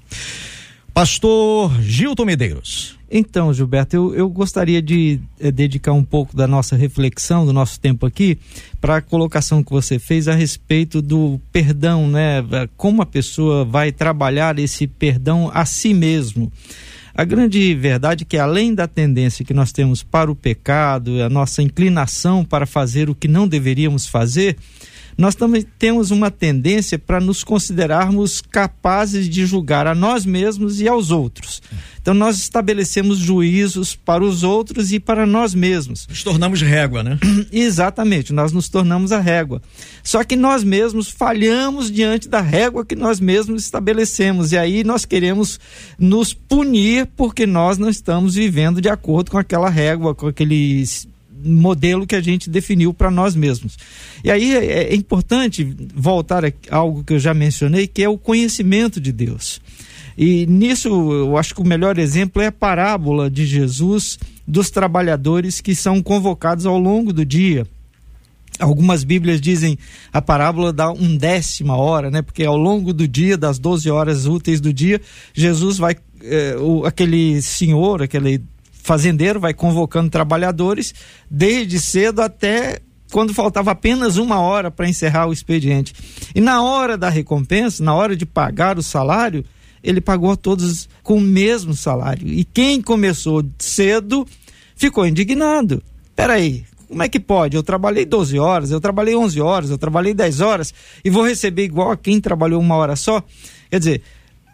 Pastor Gilton Medeiros. Então, Gilberto, eu gostaria de dedicar um pouco da nossa reflexão, do nosso tempo aqui, para a colocação que você fez a respeito do perdão, né? Como a pessoa vai trabalhar esse perdão a si mesmo. A grande verdade é que, além da tendência que nós temos para o pecado, a nossa inclinação para fazer o que não deveríamos fazer, nós também temos uma tendência para nos considerarmos capazes de julgar a nós mesmos e aos outros. Então nós estabelecemos juízos para os outros e para nós mesmos. Nos tornamos régua, né? Exatamente, nós nos tornamos a régua. Só que nós mesmos falhamos diante da régua que nós mesmos estabelecemos, e aí nós queremos nos punir porque nós não estamos vivendo de acordo com aquela régua, com aquele modelo que a gente definiu para nós mesmos. E aí é importante voltar a algo que eu já mencionei, que é o conhecimento de Deus. E nisso eu acho que o melhor exemplo é a parábola de Jesus dos trabalhadores que são convocados ao longo do dia. Algumas bíblias dizem a parábola da 1/10 hora, né? Porque ao longo do dia, das 12 horas úteis do dia, Jesus vai, aquele senhor, aquele fazendeiro vai convocando trabalhadores desde cedo até quando faltava apenas 1 hora para encerrar o expediente. E na hora da recompensa, na hora de pagar o salário, ele pagou a todos com o mesmo salário. E quem começou cedo ficou indignado. Peraí, como é que pode? Eu trabalhei 12 horas, eu trabalhei 11 horas, eu trabalhei 10 horas e vou receber igual a quem trabalhou 1 hora só? Quer dizer,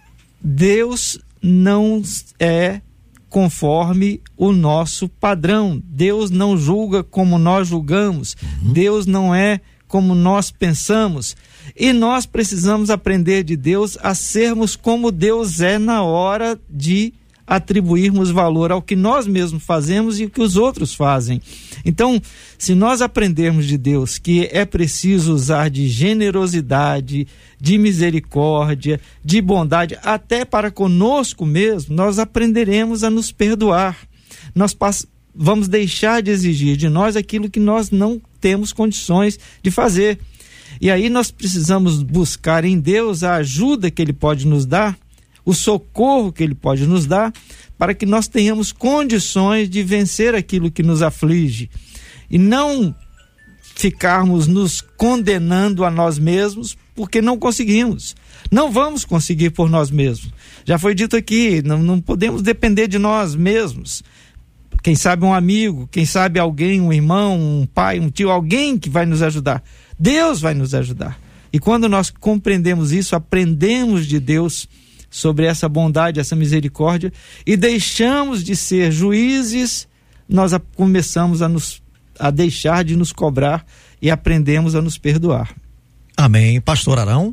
Deus não é conforme o nosso padrão. Deus não julga como nós julgamos. Deus não é como nós pensamos. E nós precisamos aprender de Deus a sermos como Deus é na hora de atribuirmos valor ao que nós mesmos fazemos e o que os outros fazem. Então, se nós aprendermos de Deus que é preciso usar de generosidade, de misericórdia, de bondade, até para conosco mesmo, nós aprenderemos a nos perdoar. Nós vamos deixar de exigir de nós aquilo que nós não temos condições de fazer. E aí nós precisamos buscar em Deus a ajuda que Ele pode nos dar, o socorro que Ele pode nos dar, para que nós tenhamos condições de vencer aquilo que nos aflige. E não ficarmos nos condenando a nós mesmos, porque não conseguimos. Não vamos conseguir por nós mesmos. Já foi dito aqui, não podemos depender de nós mesmos. Quem sabe um amigo, quem sabe alguém, um irmão, um pai, um tio, alguém que vai nos ajudar. Deus vai nos ajudar. E quando nós compreendemos isso, aprendemos de Deus sobre essa bondade, essa misericórdia, e deixamos de ser juízes, nós começamos a deixar de nos cobrar e aprendemos a nos perdoar. Amém. Pastor Arão?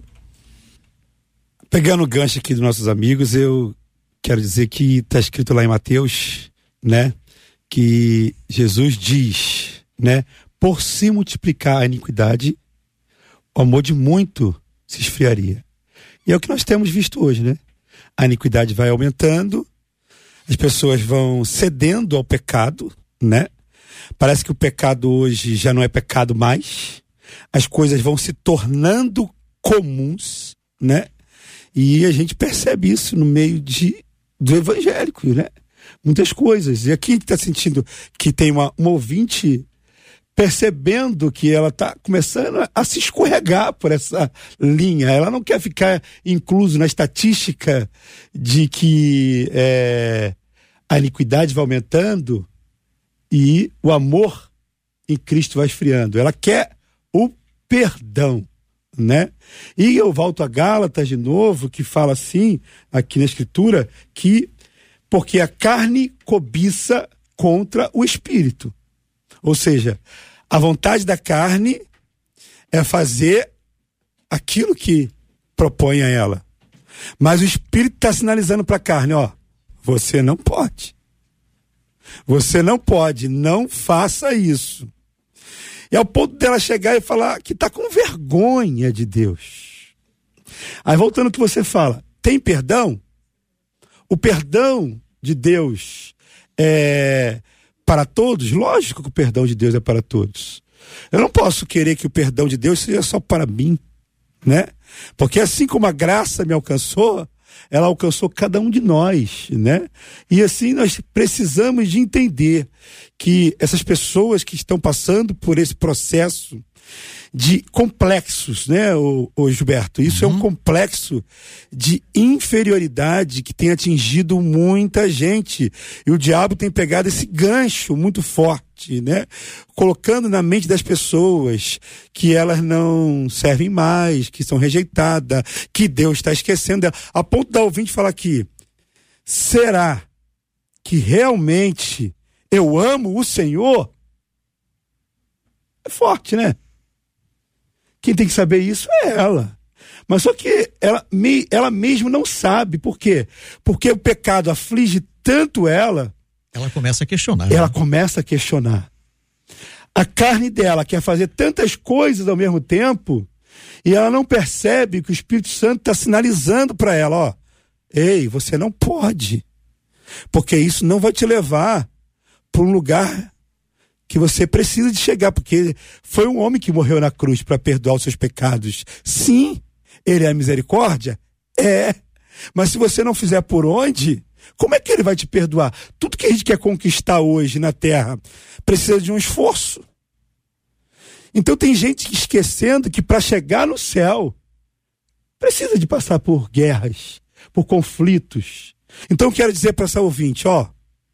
Pegando o gancho aqui dos nossos amigos, eu quero dizer que está escrito lá em Mateus, né, que Jesus diz, né, por se multiplicar a iniquidade, o amor de muito se esfriaria. E é o que nós temos visto hoje, né? A iniquidade vai aumentando, as pessoas vão cedendo ao pecado, né? Parece que o pecado hoje já não é pecado mais, as coisas vão se tornando comuns, né? E a gente percebe isso no meio do evangélico, né? Muitas coisas. E aqui está sentindo que tem uma ouvinte percebendo que ela está começando a se escorregar por essa linha. Ela não quer ficar incluso na estatística de que a iniquidade vai aumentando e o amor em Cristo vai esfriando. Ela quer o perdão, né? E eu volto a Gálatas de novo, que fala assim, aqui na Escritura, que porque a carne cobiça contra o espírito. Ou seja, a vontade da carne é fazer aquilo que propõe a ela. Mas o espírito está sinalizando para a carne, ó, você não pode. Você não pode, não faça isso. E ao ponto dela chegar e falar que está com vergonha de Deus. Aí voltando ao que você fala, tem perdão? O perdão de Deus é para todos? Lógico que o perdão de Deus é para todos. Eu não posso querer que o perdão de Deus seja só para mim, né? Porque assim como a graça me alcançou, ela alcançou cada um de nós, né? E assim nós precisamos de entender que essas pessoas que estão passando por esse processo de complexos, né, o Gilberto? Isso é um complexo de inferioridade que tem atingido muita gente. E o diabo tem pegado esse gancho muito forte, né? Colocando na mente das pessoas que elas não servem mais, que são rejeitadas, que Deus está esquecendo dela. A ponto da ouvinte falar aqui, será que realmente eu amo o Senhor? É forte, né? Quem tem que saber isso é ela. Mas só que ela mesma não sabe. Por quê? Porque o pecado aflige tanto ela. Ela começa a questionar. Ela começa a questionar. A carne dela quer fazer tantas coisas ao mesmo tempo e ela não percebe que o Espírito Santo está sinalizando para ela, ó. Ei, você não pode. Porque isso não vai te levar para um lugar que você precisa de chegar, porque foi um homem que morreu na cruz para perdoar os seus pecados. Sim, ele é a misericórdia? É. Mas se você não fizer por onde, como é que ele vai te perdoar? Tudo que a gente quer conquistar hoje na terra precisa de um esforço. Então tem gente esquecendo que para chegar no céu precisa de passar por guerras, por conflitos. Então eu quero dizer para essa ouvinte, ó,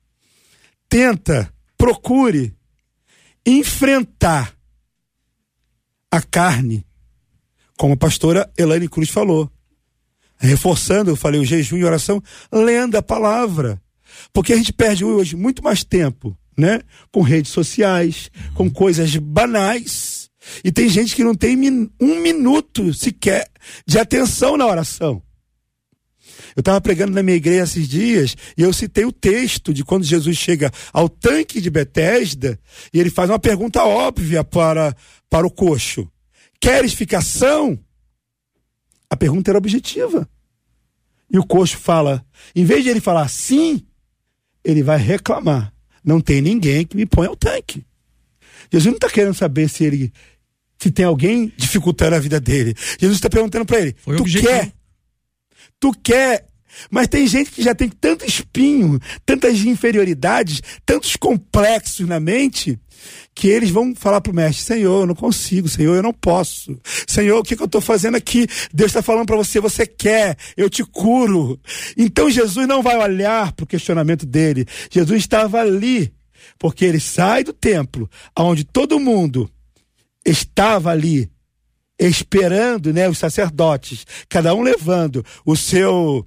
procure enfrentar a carne, como a pastora Elaine Cruz falou, reforçando, eu falei, o jejum e oração, lendo a palavra, porque a gente perde hoje muito mais tempo, né, com redes sociais, com coisas banais, e tem gente que não tem um minuto sequer de atenção na oração. Eu estava pregando na minha igreja esses dias e eu citei o texto de quando Jesus chega ao tanque de Betesda e ele faz uma pergunta óbvia para o coxo. Queres ficar são? A pergunta era objetiva. E o coxo fala, em vez de ele falar sim, ele vai reclamar. Não tem ninguém que me ponha ao tanque. Jesus não está querendo saber se tem alguém dificultando a vida dele. Jesus está perguntando para ele, Tu quer, mas tem gente que já tem tanto espinho, tantas inferioridades, tantos complexos na mente, que eles vão falar pro mestre, Senhor, eu não consigo, Senhor, eu não posso. Senhor, o que eu estou fazendo aqui? Deus está falando para você, você quer, eu te curo. Então Jesus não vai olhar pro questionamento dele. Jesus estava ali, porque ele sai do templo, onde todo mundo estava ali, esperando, né, os sacerdotes, cada um levando o seu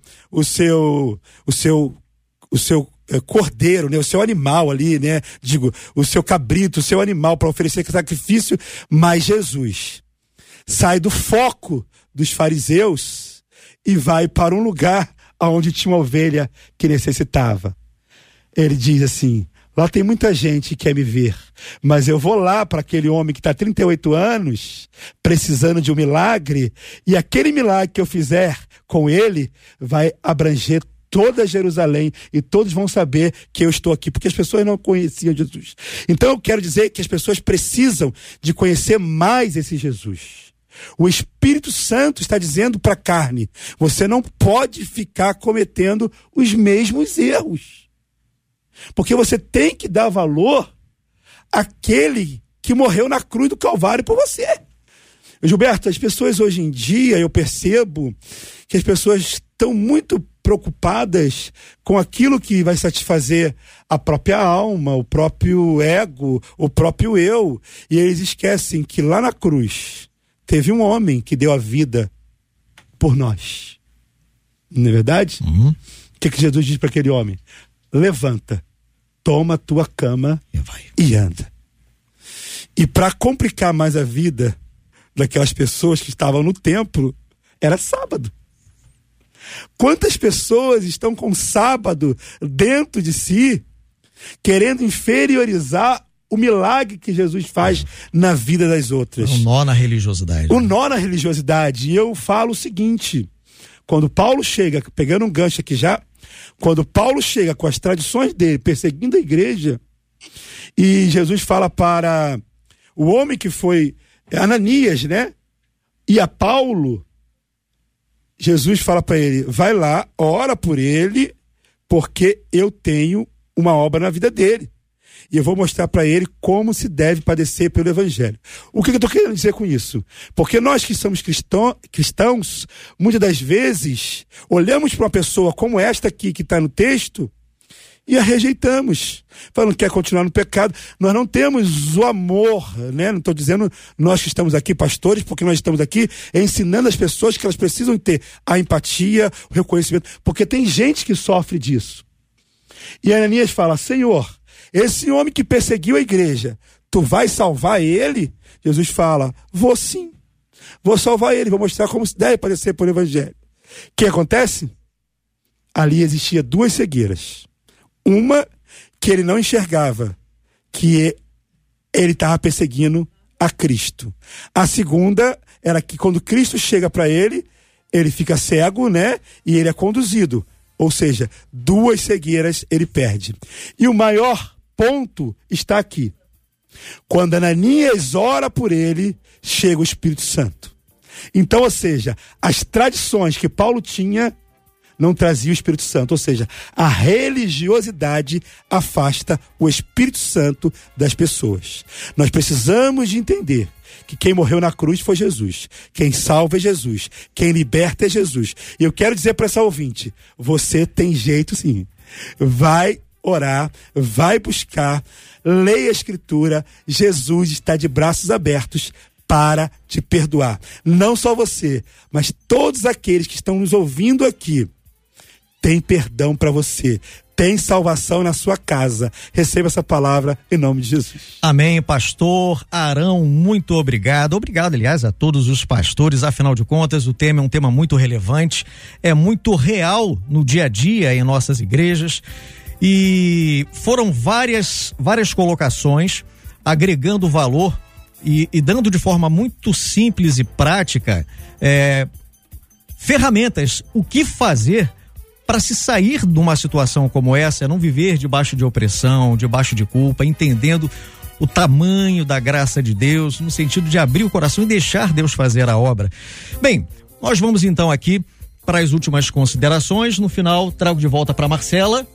cordeiro, né, o seu animal ali, né, o seu cabrito, o seu animal para oferecer sacrifício, mas Jesus sai do foco dos fariseus e vai para um lugar onde tinha uma ovelha que necessitava. Ele diz assim, lá tem muita gente que quer me ver, mas eu vou lá para aquele homem que está há 38 anos, precisando de um milagre, e aquele milagre que eu fizer com ele vai abranger toda Jerusalém e todos vão saber que eu estou aqui, porque as pessoas não conheciam Jesus. Então eu quero dizer que as pessoas precisam de conhecer mais esse Jesus. O Espírito Santo está dizendo para a carne, você não pode ficar cometendo os mesmos erros. Porque você tem que dar valor àquele que morreu na cruz do Calvário por você. Gilberto, as pessoas hoje em dia, eu percebo que as pessoas estão muito preocupadas com aquilo que vai satisfazer a própria alma, o próprio ego, o próprio eu. E eles esquecem que lá na cruz teve um homem que deu a vida por nós. Não é verdade? Uhum. O que Jesus diz para aquele homem? Levanta, toma a tua cama e anda. E para complicar mais a vida daquelas pessoas que estavam no templo, era sábado. Quantas pessoas estão com sábado dentro de si, querendo inferiorizar o milagre que Jesus faz na vida das outras? Um nó na religiosidade. Um nó na religiosidade. E eu falo o seguinte, quando Paulo chega, pegando um gancho aqui já, quando Paulo chega com as tradições dele, perseguindo a igreja, e Jesus fala para o homem que foi Ananias, né? E a Paulo, Jesus fala para ele, vai lá, ora por ele, porque eu tenho uma obra na vida dele. e eu vou mostrar para ele como se deve padecer pelo evangelho. O que eu estou querendo dizer com isso? Porque nós que somos cristãos, muitas das vezes, olhamos para uma pessoa como esta aqui que está no texto e a rejeitamos, falando que quer continuar no pecado. Nós não temos o amor, né? Não estou dizendo nós que estamos aqui, pastores, porque nós estamos aqui ensinando as pessoas que elas precisam ter a empatia, o reconhecimento, porque tem gente que sofre disso. E Ananias fala: Senhor, esse homem que perseguiu a igreja, tu vai salvar ele? Jesus fala: vou sim, vou salvar ele, vou mostrar como se deve padecer por evangelho. O que acontece? Ali existia duas cegueiras. Uma, que ele não enxergava que ele estava perseguindo a Cristo. A segunda era que quando Cristo chega para ele, ele fica cego, né? E ele é conduzido. Ou seja, duas cegueiras ele perde. E o maior ponto está aqui. Quando Ananias ora por ele, chega o Espírito Santo. Então, ou seja, as tradições que Paulo tinha não trazia o Espírito Santo, ou seja, a religiosidade afasta o Espírito Santo das pessoas. Nós precisamos de entender que quem morreu na cruz foi Jesus, quem salva é Jesus, quem liberta é Jesus. E eu quero dizer para essa ouvinte: você tem jeito sim, vai orar, vai buscar, leia a Escritura, Jesus está de braços abertos para te perdoar. Não só você, mas todos aqueles que estão nos ouvindo aqui. Tem perdão para você, tem salvação na sua casa. Receba essa palavra em nome de Jesus. Amém, pastor Arão, muito obrigado. Obrigado, aliás, a todos os pastores. Afinal de contas, o tema é um tema muito relevante, é muito real no dia a dia em nossas igrejas. E foram várias colocações agregando valor e dando de forma muito simples e prática ferramentas, o que fazer para se sair de uma situação como essa, não viver debaixo de opressão, debaixo de culpa, entendendo o tamanho da graça de Deus, no sentido de abrir o coração e deixar Deus fazer a obra. Bem, nós vamos então aqui para as últimas considerações. No final, trago de volta para Marcela.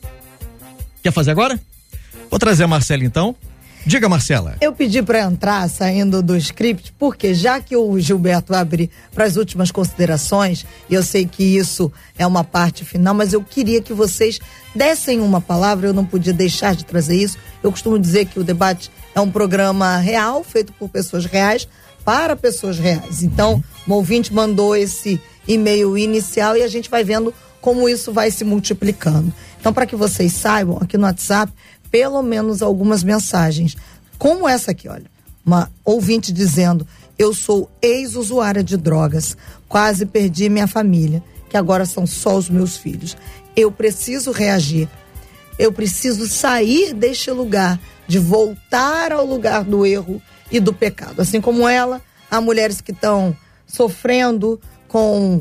Quer fazer agora? Vou trazer a Marcela então. Diga, Marcela. Eu pedi para entrar saindo do script, porque já que o Gilberto vai abrir para as últimas considerações, e eu sei que isso é uma parte final, mas eu queria que vocês dessem uma palavra, eu não podia deixar de trazer isso. Eu costumo dizer que o debate é um programa real, feito por pessoas reais, para pessoas reais. Então, o ouvinte mandou esse e-mail inicial e a gente vai vendo como isso vai se multiplicando. Então, para que vocês saibam, aqui no WhatsApp, pelo menos algumas mensagens, como essa aqui, olha, uma ouvinte dizendo: eu sou ex-usuária de drogas, quase perdi minha família, que agora são só os meus filhos. Eu preciso reagir, eu preciso sair deste lugar, de voltar ao lugar do erro e do pecado. Assim como ela, há mulheres que estão sofrendo com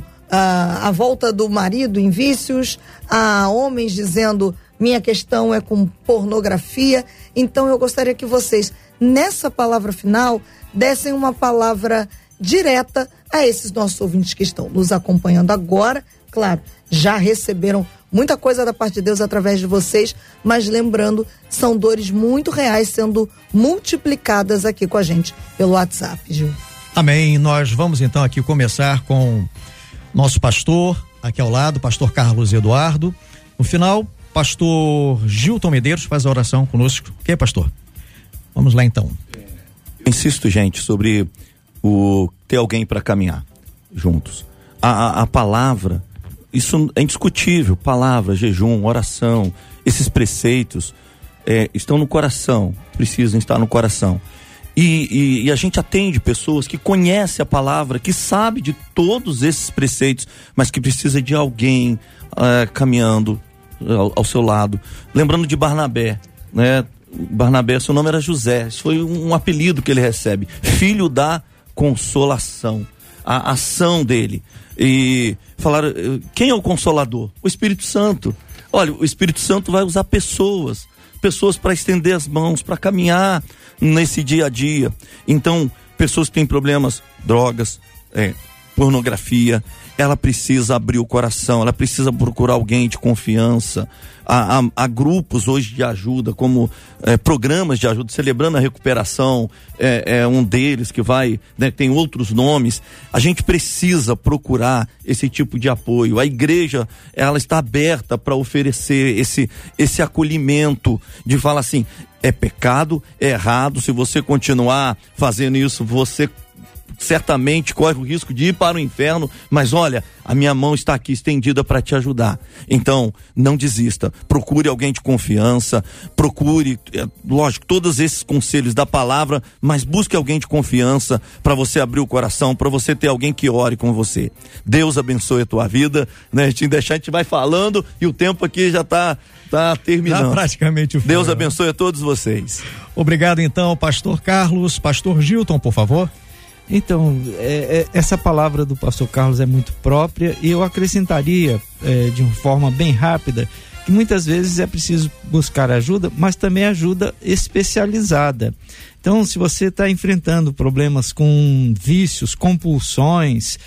a volta do marido em vícios, há homens dizendo: minha questão é com pornografia. Então eu gostaria que vocês, nessa palavra final, dessem uma palavra direta a esses nossos ouvintes que estão nos acompanhando agora. Claro, já receberam muita coisa da parte de Deus através de vocês, mas lembrando, são dores muito reais sendo multiplicadas aqui com a gente pelo WhatsApp, Gil. Amém. Nós vamos então aqui começar com nosso pastor, aqui ao lado, pastor Carlos Eduardo. No final, pastor Gilton Medeiros faz a oração conosco. Ok, pastor? Vamos lá então. Eu insisto, gente, sobre ter alguém para caminhar juntos. A palavra, isso é indiscutível. Palavra, jejum, oração, esses preceitos estão no coração, precisam estar no coração. E a gente atende pessoas que conhecem a palavra, que sabe de todos esses preceitos, mas que precisa de alguém caminhando ao seu lado. Lembrando de Barnabé, né? Barnabé, seu nome era José, isso foi um apelido que ele recebe, filho da consolação, a ação dele. E falaram: quem é o consolador? O Espírito Santo. Olha, o Espírito Santo vai usar pessoas para estender as mãos, para caminhar nesse dia a dia. Então, pessoas que têm problemas, drogas, pornografia, ela precisa abrir o coração, ela precisa procurar alguém de confiança. Há grupos hoje de ajuda, como programas de ajuda, Celebrando a Recuperação, é um deles que vai, né, tem outros nomes. A gente precisa procurar esse tipo de apoio. A igreja, ela está aberta para oferecer esse acolhimento, de falar assim, é pecado, é errado, se você continuar fazendo isso, você certamente corre o risco de ir para o inferno, mas olha, a minha mão está aqui estendida para te ajudar. Então, não desista, procure alguém de confiança, procure, lógico, todos esses conselhos da palavra, mas busque alguém de confiança para você abrir o coração, para você ter alguém que ore com você. Deus abençoe a tua vida, né? A gente vai falando e o tempo aqui já está terminando. Já praticamente o fim. Deus abençoe a todos vocês. Obrigado então, pastor Carlos. Pastor Gilton, por favor. Então, essa palavra do pastor Carlos é muito própria, e eu acrescentaria de uma forma bem rápida que muitas vezes é preciso buscar ajuda, mas também ajuda especializada. Então, se você está enfrentando problemas com vícios, compulsões,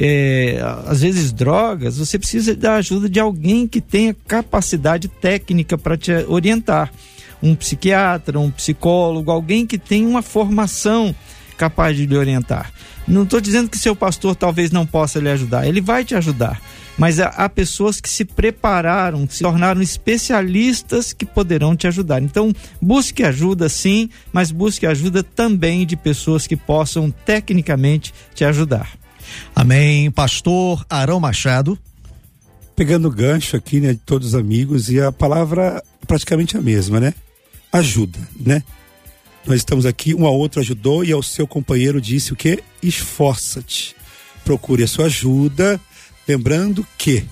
às vezes drogas, você precisa da ajuda de alguém que tenha capacidade técnica para te orientar. Um psiquiatra, um psicólogo, alguém que tenha uma formação capaz de lhe orientar. Não estou dizendo que seu pastor talvez não possa lhe ajudar, ele vai te ajudar, mas há pessoas que se prepararam, que se tornaram especialistas que poderão te ajudar. Então, busque ajuda sim, mas busque ajuda também de pessoas que possam tecnicamente te ajudar. Amém. Pastor Arão Machado. Pegando o gancho aqui, né, de todos os amigos, e a palavra é praticamente a mesma, né? Ajuda, né? Nós estamos aqui, um ao outro ajudou, e ao seu companheiro disse o quê? Esforça-te. Procure a sua ajuda, lembrando que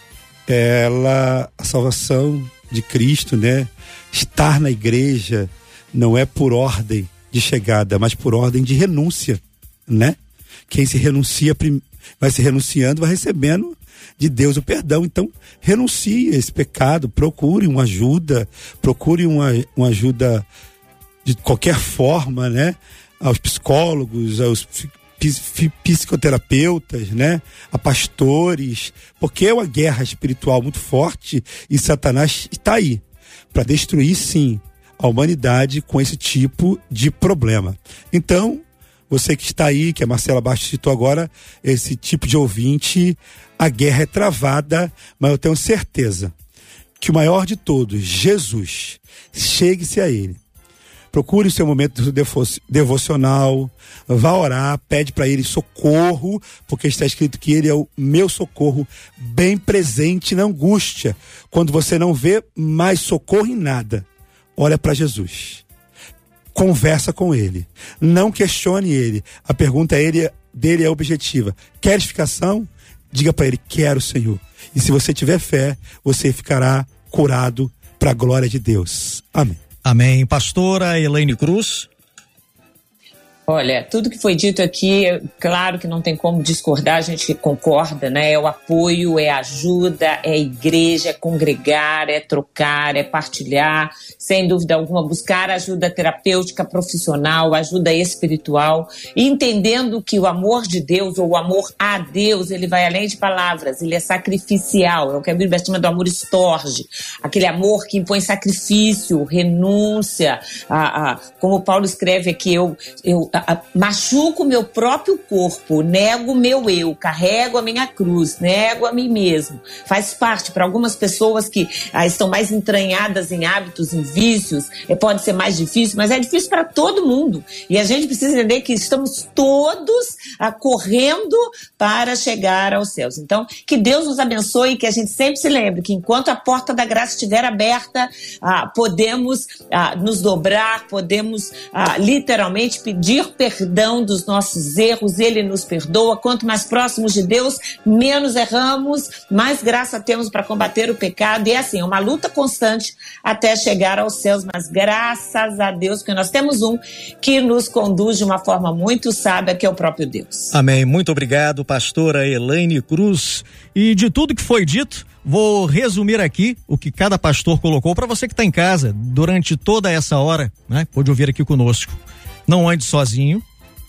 a salvação de Cristo, né? Estar na igreja não é por ordem de chegada, mas por ordem de renúncia, né? Quem se renuncia, vai se renunciando, vai recebendo de Deus o perdão. Então, renuncie a esse pecado, procure uma ajuda, uma ajuda de qualquer forma, né? Aos psicólogos, aos psicoterapeutas, né? A pastores, porque é uma guerra espiritual muito forte e Satanás está aí para destruir, sim, a humanidade com esse tipo de problema. Então, você que está aí, que a Marcela Bastos citou agora, esse tipo de ouvinte, a guerra é travada, mas eu tenho certeza que o maior de todos, Jesus, chegue-se a ele. Procure o seu momento devocional, vá orar, pede para ele socorro, porque está escrito que ele é o meu socorro, bem presente na angústia. Quando você não vê mais socorro em nada, olha para Jesus. Conversa com ele. Não questione ele. A pergunta dele é objetiva. Quer explicação? Diga para ele, quero, Senhor. E se você tiver fé, você ficará curado para a glória de Deus. Amém. Amém. Pastora Elaine Cruz. Olha, tudo que foi dito aqui, claro que não tem como discordar, a gente concorda, né? É o apoio, é a ajuda, é a igreja, é congregar, é trocar, é partilhar, sem dúvida alguma, buscar ajuda terapêutica, profissional, ajuda espiritual, e entendendo que o amor de Deus, ou o amor a Deus, ele vai além de palavras, ele é sacrificial, é o que a Bíblia chama do amor estorge, aquele amor que impõe sacrifício, renúncia, como Paulo escreve aqui, eu machuco o meu próprio corpo, nego o meu eu, carrego a minha cruz, nego a mim mesmo. Faz parte para algumas pessoas que estão mais entranhadas em hábitos, em vícios, pode ser mais difícil, mas é difícil para todo mundo. E a gente precisa entender que estamos todos correndo para chegar aos céus. Então, que Deus nos abençoe e que a gente sempre se lembre que enquanto a porta da graça estiver aberta, podemos nos dobrar, podemos literalmente pedir perdão dos nossos erros, ele nos perdoa. Quanto mais próximos de Deus, menos erramos, mais graça temos para combater o pecado. E é assim, é uma luta constante até chegar aos céus, mas graças a Deus, porque nós temos um que nos conduz de uma forma muito sábia, que é o próprio Deus. Amém. Muito obrigado, pastora Elaine Cruz. E de tudo que foi dito, vou resumir aqui o que cada pastor colocou para você que está em casa durante toda essa hora, né? Pode ouvir aqui conosco. Não ande sozinho,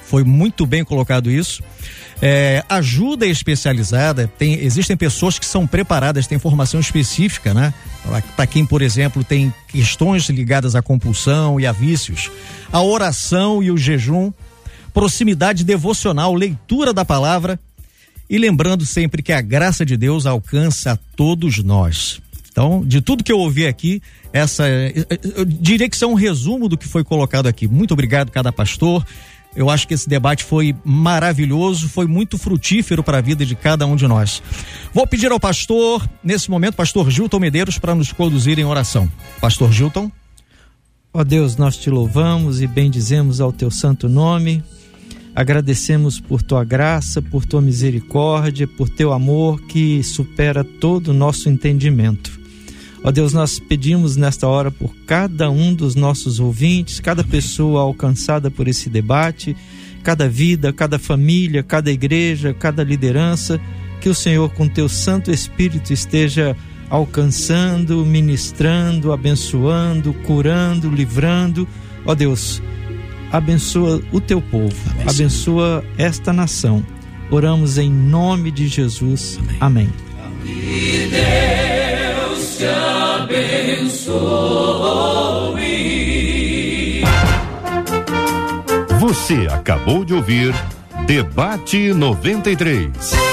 Foi muito bem colocado isso. Ajuda especializada, existem pessoas que são preparadas, têm formação específica, né? Para quem, por exemplo, tem questões ligadas à compulsão e a vícios. A oração e o jejum, proximidade devocional, leitura da palavra, e lembrando sempre que a graça de Deus alcança a todos nós. Então, de tudo que eu ouvi aqui, eu diria que isso é um resumo do que foi colocado aqui. Muito obrigado, cada pastor. Eu acho que esse debate foi maravilhoso, foi muito frutífero para a vida de cada um de nós. Vou pedir ao pastor, nesse momento, pastor Gilton Medeiros, para nos conduzir em oração. Pastor Gilton. Ó Deus, nós te louvamos e bendizemos ao teu santo nome. Agradecemos por tua graça, por tua misericórdia, por teu amor que supera todo o nosso entendimento. Ó Deus, nós pedimos nesta hora por cada um dos nossos ouvintes, cada pessoa alcançada por esse debate, cada vida, cada família, cada igreja, cada liderança, que o Senhor com teu Santo Espírito esteja alcançando, ministrando, abençoando, curando, livrando. Ó Deus, abençoa o teu povo, abençoa esta nação. Oramos em nome de Jesus. Amém. Que Deus te abençoe. Você acabou de ouvir Debate 93.